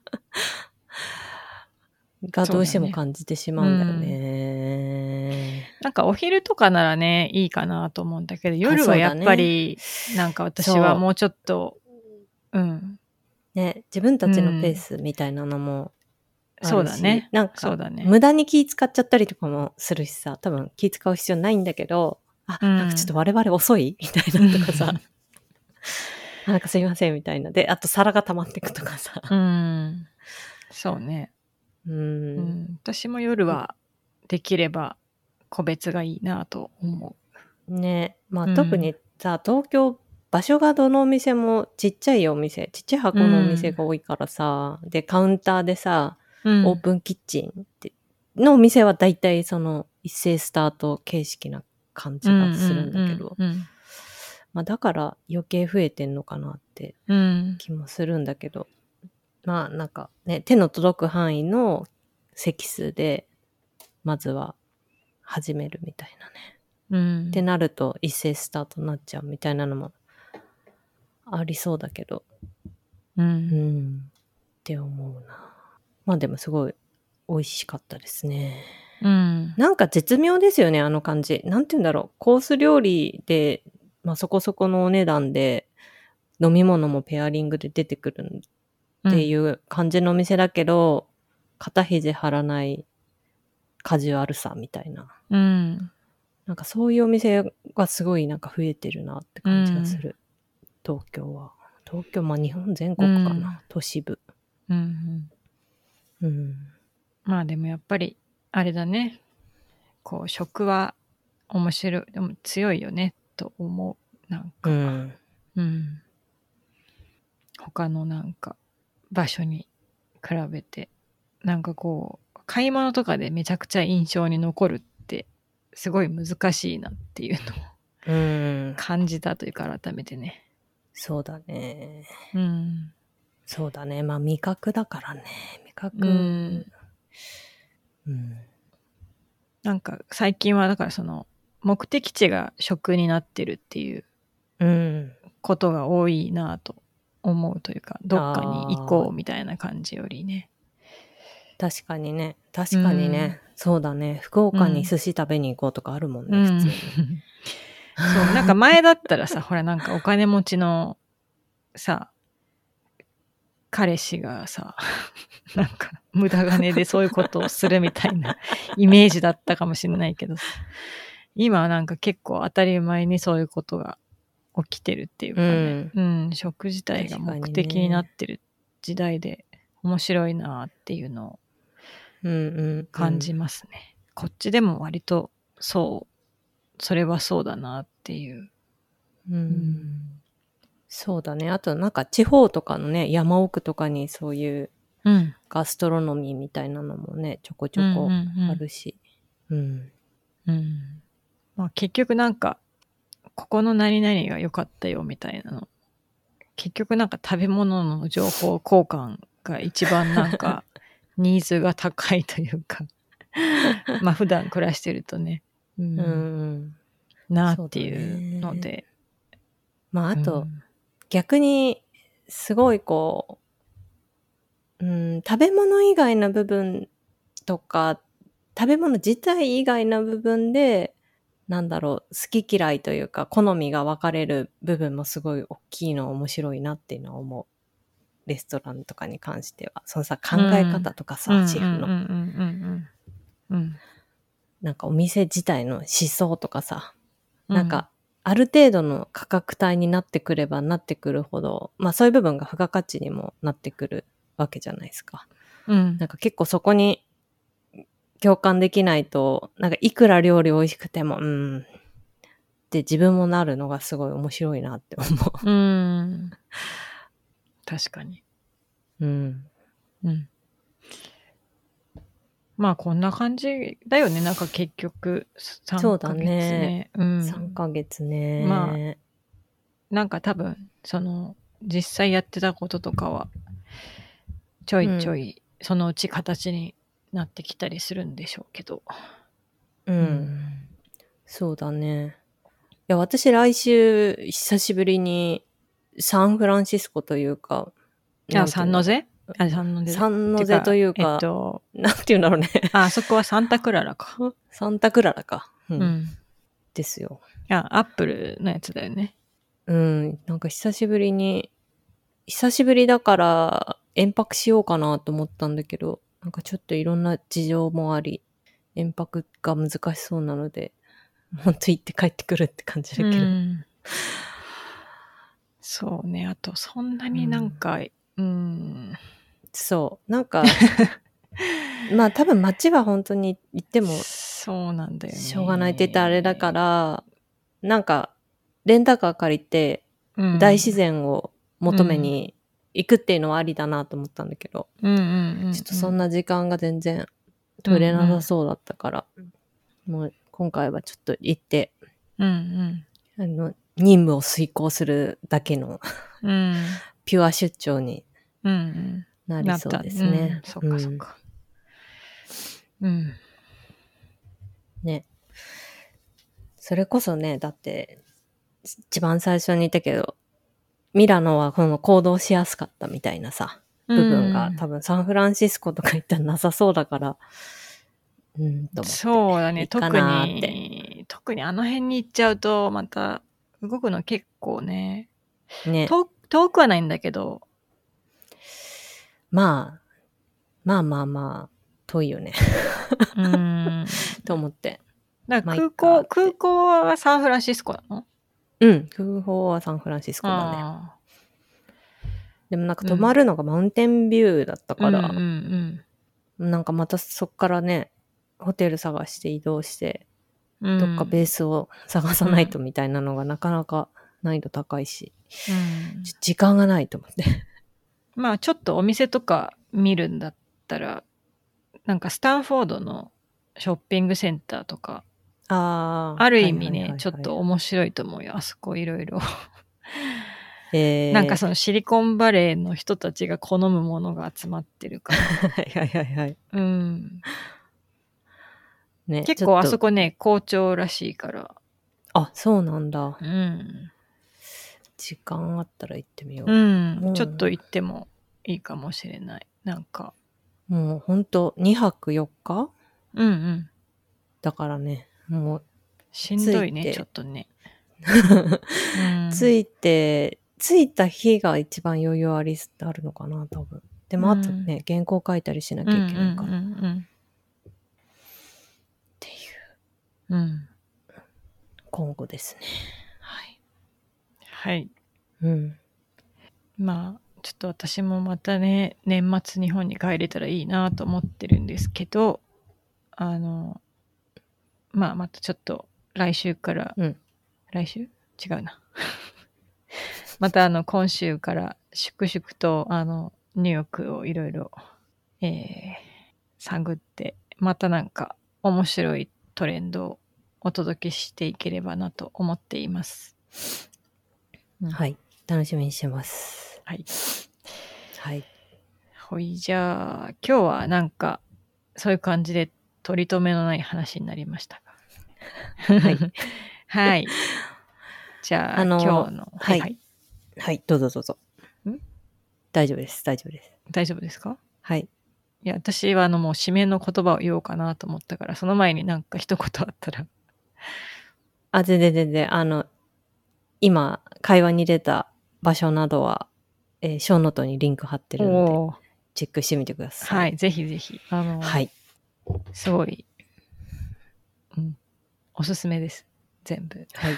がどうしても感じてしまうんだよね。 なんかお昼とかならね、いいかなと思うんだけど、夜はやっそうだねぱり、なんか私はもうちょっと、うん。 ね、自分たちのペースみたいなのもあそうるし、 だね。 なんか、 そうだね。 無駄に気使っちゃったりとかもするしさ、多分気使う必要ないんだけど、あ、 うんなんかちょっと我々遅いみたいなとかさ、あ、なんかすいませんみたいな。で、あと皿が溜まってくとかさ。 うん。そうね。 う。 うんん。私も夜はできれば個別がいいなと思ね。まあ、 うん特にさ、東京、場所がどのお店もちっちゃいお店、ちっちゃい箱のお店が多いからさ、で、カウンターでさ、 う。うん。 オープンキッチンってのお店は大体その一斉スタート形式な感じがするんだけど、 うんうんまあだから余計増えてんのかなってうんうん気もするんだけど、まあなんかね、手の届く範囲の席数で、まずは始めるみたいなね。 うんってなると一斉スタートになっちゃうみたいなのもありそうだけど、 ううんん、って思うな。まあでもすごい美味しかったですね。 うんなんか絶妙ですよね、あの感じ。なんて言うんだろう。コース料理で、まあそこそこのお値段で、飲み物もペアリングで出てくるっていう感じのお店だけど、肩肘張らないカジュアルさみたいな。 うんなんかそういうお店がすごいなんか増えてるなって感じがする。東京は。東京、まあ日本全国かな。 うん都市部。 うんうんうん。 まあでもやっぱりあれだね、こう食は面白い、でも強いよねと思う。なんか、 うん。 うん、他のなんか場所に比べて、なんかこう買い物とかでめちゃくちゃ印象に残るってすごい難しいなっていうのをうん。 感じたというか、改めてね。 そうだね。 うん。 そうだね。まあ味覚だからね。味覚。 うんうん。 なんか最近はだからその目的地が食になってるっていううん。 ことが多いなと思うというか、どっかに行こうみたいな感じよりね。 確かにね。確かにね。うん、そうだね。福岡に寿司食べに行こうとかあるもんね、うん、普通に。 そう、なんか前だったらさ、ほらなんかお金持ちのさ、彼氏がさ、なんか無駄金でそういうことをするみたいなイメージだったかもしれないけどさ、今はなんか結構当たり前にそういうことが起きてるっていうかね、うん、うん、食自体が目的になってる時代で面白いなっていうのを感じますね、うんうんうん。こっちでも割とそうそれはそうだなっていう、 うんうん、そうだね。あとなんか地方とかのね、山奥とかにそういうガストロノミーみたいなのもね、ちょこちょこあるし、うん、うんうんうんまあ、結局なんかここの何々が良かったよみたいなの、結局なんか食べ物の情報交換が一番なんかニーズが高いというかまあ普段暮らしてるとね、うん、うんなっていうので、ね、 まああと、うん、逆にすごいこう、うん、食べ物以外の部分とか食べ物自体以外の部分でなんだろう、好き嫌いというか好みが分かれる部分もすごい大きいの面白いなっていうのは思う。レストランとかに関してはそのさ考え方とかさ、うん、シェフの、うんうんうんうん、なんかお店自体の思想とかさ、うん、なんかある程度の価格帯になってくればなってくるほど、まあそういう部分が付加価値にもなってくるわけじゃないですか。うん、なんか結構そこに共感できないと、なんかいくら料理美味しくても、うん、って自分もなるのがすごい面白いなって思う。うん。 確かに。 うん。 うん。まあこんな感じだよね。なんか結局さんかげつね。そうだね。うん。 さんかげつね。 まあなんか多分その実際やってたこととかはちょいちょいそのうち形になってきたりするんでしょうけど。 うん。うん、そうだね。いや私来週久しぶりにサンフランシスコというか。 あ、サンノゼあ、サンノゼ。 サンノゼというか、えっと、なんていうんだろうね。 あ、そこはサンタクララか。 サンタクララか。うん。うん、ですよ。 あ、アップルのやつだよね。 うん。なんか久しぶりに、久しぶりだから延泊しようかなと思ったんだけど、なんかちょっといろんな事情もあり、延泊が難しそうなので、ほんと行って帰ってくるって感じだけど。うん、 そうね。あと、そんなになんか、うん。うんそう。なんか、まあ多分街は本当に行っても、 そうなんだよね。 しょうがないって言ったらあれだから、なんか、レンタカー借りて、大自然を求めに行くっていうのはありだなと思ったんだけど、うんうんうんうん、ちょっとそんな時間が全然取れなさそうだったから、うんうん、もう今回はちょっと行って、うんうん、あの任務を遂行するだけの、うん、ピュア出張になりそうですね。 うん、そっかそっか。うん。 ね。それこそね、だって、一番最初に言ったけど、ミラノはこの行動しやすかったみたいなさ、部分が、うん、多分サンフランシスコとか行ったらなさそうだから、うんと思って。 そうだね。特に、特にあの辺に行っちゃうと、また動くの結構ね、ね遠、遠くはないんだけど、 まあ、まあまあまあ、遠いよね。うーん。と思って。 だから空港、空港はサンフランシスコなの？ うん、空港はサンフランシスコだね。でもなんか泊まるのがマウンテンビューだったから、うんうんうん、なんかまたそっからね、ホテル探して移動して、うん、どっかベースを探さないとみたいなのがなかなか難易度高いし、うん、時間がないと思って。 まあちょっとお店とか見るんだったら、なんかスタンフォードのショッピングセンターとか、あ, ある意味ね、はいはいはいはい、ちょっと面白いと思うよ。あそこいろいろ。えー、なんかそのシリコンバレーの人たちが好むものが集まってるから。 はいはいはいはい。 うん。ね、結構あそこね、好調らしいから。 あ、そうなんだ。うん。時間あったら行ってみよう。 うん。うん、ちょっと行ってもいいかもしれない。なんか。 もうほんとにはくよっかうんうん。 だからね、もうしんどいね、 着いてちょっとね。 着いて、着いた日が一番余裕ありあるのかな、多分。でもあとね、原稿書いたりしなきゃいけないから。 うんうんうんうん、 っていう、 うん、 今後ですね。はい。 はい。 うん。 まあちょっと私もまたね、年末日本に帰れたらいいなと思ってるんですけど、あのまあまたちょっと来週から、 うん、 来週違うなまたあの今週から粛々とあのニューヨークをいろいろ探って、またなんか面白いトレンドをお届けしていければなと思っています、 うん、はい楽しみにしてます。 はいはいほい、じゃあ今日はなんかそういう感じで取り留めのない話になりましたがはいはいじゃあ、あのー、今日のはいはいはいどうぞどうぞ。ん大丈夫です大丈夫です大丈夫ですか。 はい。 いや私はあのもう締めの言葉を言おうかなと思ったから、その前になんか一言あったら。 あ全然全然あの今会話に出た場所などは、えー、ショーノートにリンク貼ってるのでチェックしてみてください。 はいぜひぜひあのー、はいすごい、うん、おすすめです全部。 はい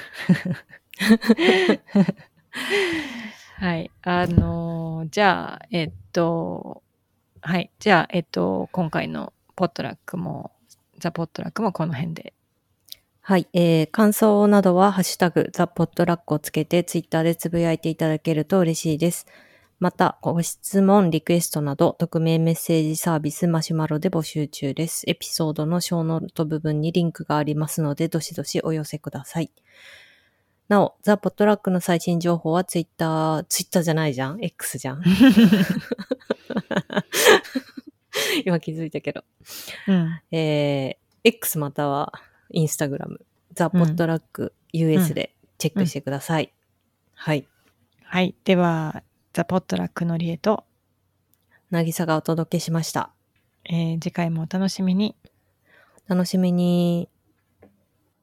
はいあのー、じゃあえっとはいじゃあえっと今回のポットラックもザポットラックもこの辺で。 はい、えー、感想などはハッシュタグザポットラックをつけてツイッターでつぶやいていただけると嬉しいです。また、ご質問、リクエストなど、匿名メッセージサービスマシュマロで募集中です。エピソードのショーノート部分にリンクがありますので、どしどしお寄せください。なお、ザ・ポットラックの最新情報はツイッター、ツイッターじゃないじゃん ?X じゃん今気づいたけど。 うん、 えー、X またはインスタグラム、ザ・ポットラック ユーエス でチェックしてください。うんうん、はい。 はい。では、ザ・ポットラックのりえと、 なぎさがお届けしました。 えー、次回もお楽しみに。 楽しみに。